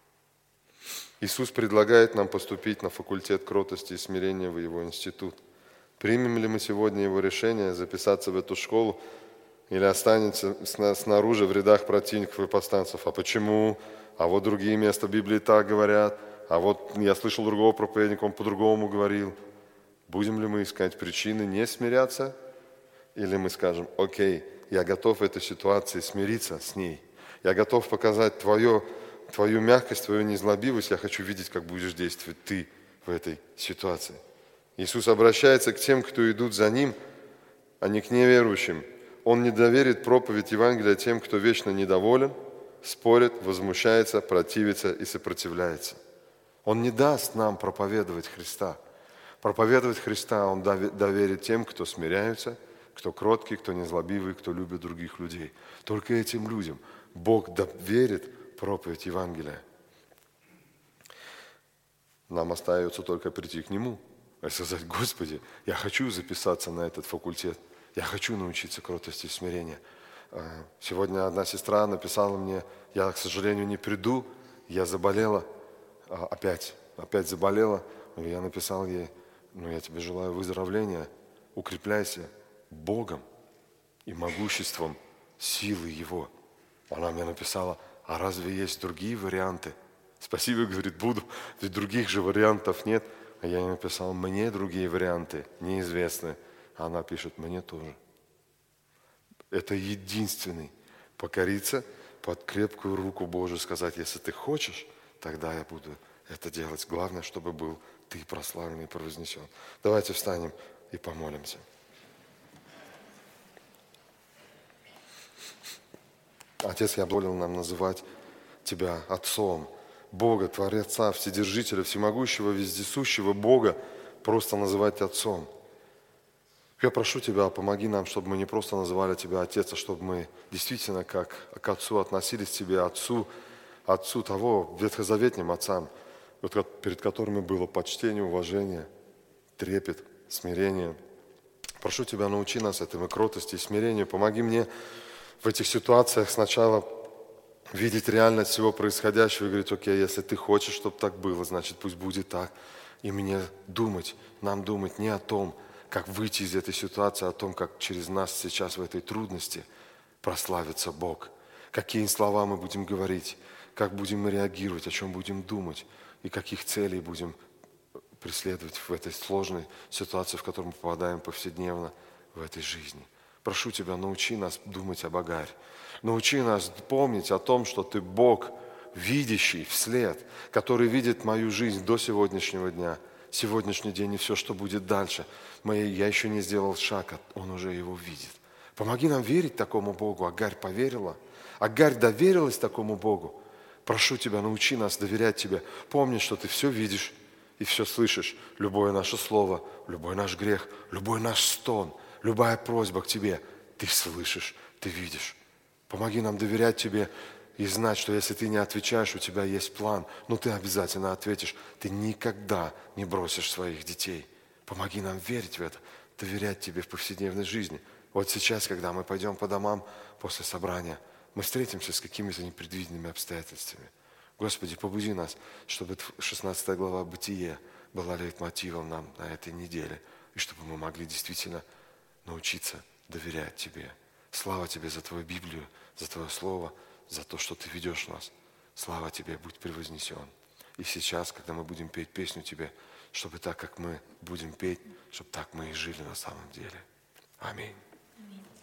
Иисус предлагает нам поступить на факультет кротости и смирения в Его институт. Примем ли мы сегодня Его решение записаться в эту школу или останемся снаружи в рядах противников и повстанцев? А почему? А вот другие места Библии так говорят. А вот я слышал другого проповедника, он по-другому говорил. Будем ли мы искать причины не смиряться? Или мы скажем: окей, я готов в этой ситуации смириться с ней. Я готов показать твою мягкость, твою незлобивость. Я хочу видеть, как будешь действовать ты в этой ситуации. Иисус обращается к тем, кто идут за Ним, а не к неверующим. Он не доверит проповедь Евангелия тем, кто вечно недоволен, спорит, возмущается, противится и сопротивляется. Он не даст нам проповедовать Христа. Проповедовать Христа Он доверит тем, кто смиряются, кто кроткий, кто незлобивый, кто любит других людей. Только этим людям Бог доверит проповедь Евангелия. Нам остается только прийти к Нему и сказать: Господи, я хочу записаться на этот факультет, я хочу научиться кротости и смирения. Сегодня одна сестра написала мне: я, к сожалению, не приду, я заболела, опять заболела. Я написал ей: я тебе желаю выздоровления, укрепляйся Богом и могуществом силы Его. Она мне написала: а разве есть другие варианты? Спасибо, говорит, буду, ведь других же вариантов нет. А я ей написал: мне другие варианты неизвестны. А она пишет: мне тоже. Это единственный. Покориться под крепкую руку Божию, сказать: если ты хочешь, тогда я буду это делать. Главное, чтобы был ты прославлен и провознесен. Давайте встанем и помолимся. Отец, я волил нам называть Тебя Отцом, Бога, Творца, Вседержителя, Всемогущего, Вездесущего Бога, просто называть Отцом. Я прошу Тебя, помоги нам, чтобы мы не просто называли Тебя Отец, а чтобы мы действительно как к Отцу относились к Тебе, Отцу того, ветхозаветним отцам, перед которыми было почтение, уважение, трепет, смирение. Прошу Тебя, научи нас этому кротости и смирению. Помоги мне в этих ситуациях сначала видеть реальность всего происходящего и говорить: окей, если Ты хочешь, чтобы так было, значит, пусть будет так. И мне думать, нам думать не о том, как выйти из этой ситуации, а о том, как через нас сейчас в этой трудности прославится Бог. Какие слова мы будем говорить, как будем мы реагировать, о чем будем думать и каких целей будем преследовать в этой сложной ситуации, в которой мы попадаем повседневно в этой жизни. Прошу Тебя, научи нас думать об Агаре. Научи нас помнить о том, что Ты Бог, видящий вслед, который видит мою жизнь до сегодняшнего дня, сегодняшний день и все, что будет дальше. Я еще не сделал шаг, а Он уже его видит. Помоги нам верить такому Богу. Агарь поверила. Агарь доверилась такому Богу. Прошу Тебя, научи нас доверять Тебе. Помни, что Ты все видишь и все слышишь. Любое наше слово, любой наш грех, любой наш стон, любая просьба к Тебе. Ты слышишь, Ты видишь. Помоги нам доверять Тебе и знать, что если Ты не отвечаешь, у Тебя есть план, но Ты обязательно ответишь. Ты никогда не бросишь своих детей. Помоги нам верить в это, доверять Тебе в повседневной жизни. Вот сейчас, когда мы пойдем по домам после собрания, мы встретимся с какими-то непредвиденными обстоятельствами. Господи, побуди нас, чтобы 16 глава Бытие была лейтмотивом нам на этой неделе, и чтобы мы могли действительно научиться доверять Тебе. Слава Тебе за Твою Библию, за Твое Слово, за то, что Ты ведешь нас. Слава Тебе, будь превознесен. И сейчас, когда мы будем петь песню Тебе, чтобы так, как мы будем петь, чтобы так мы и жили на самом деле. Аминь.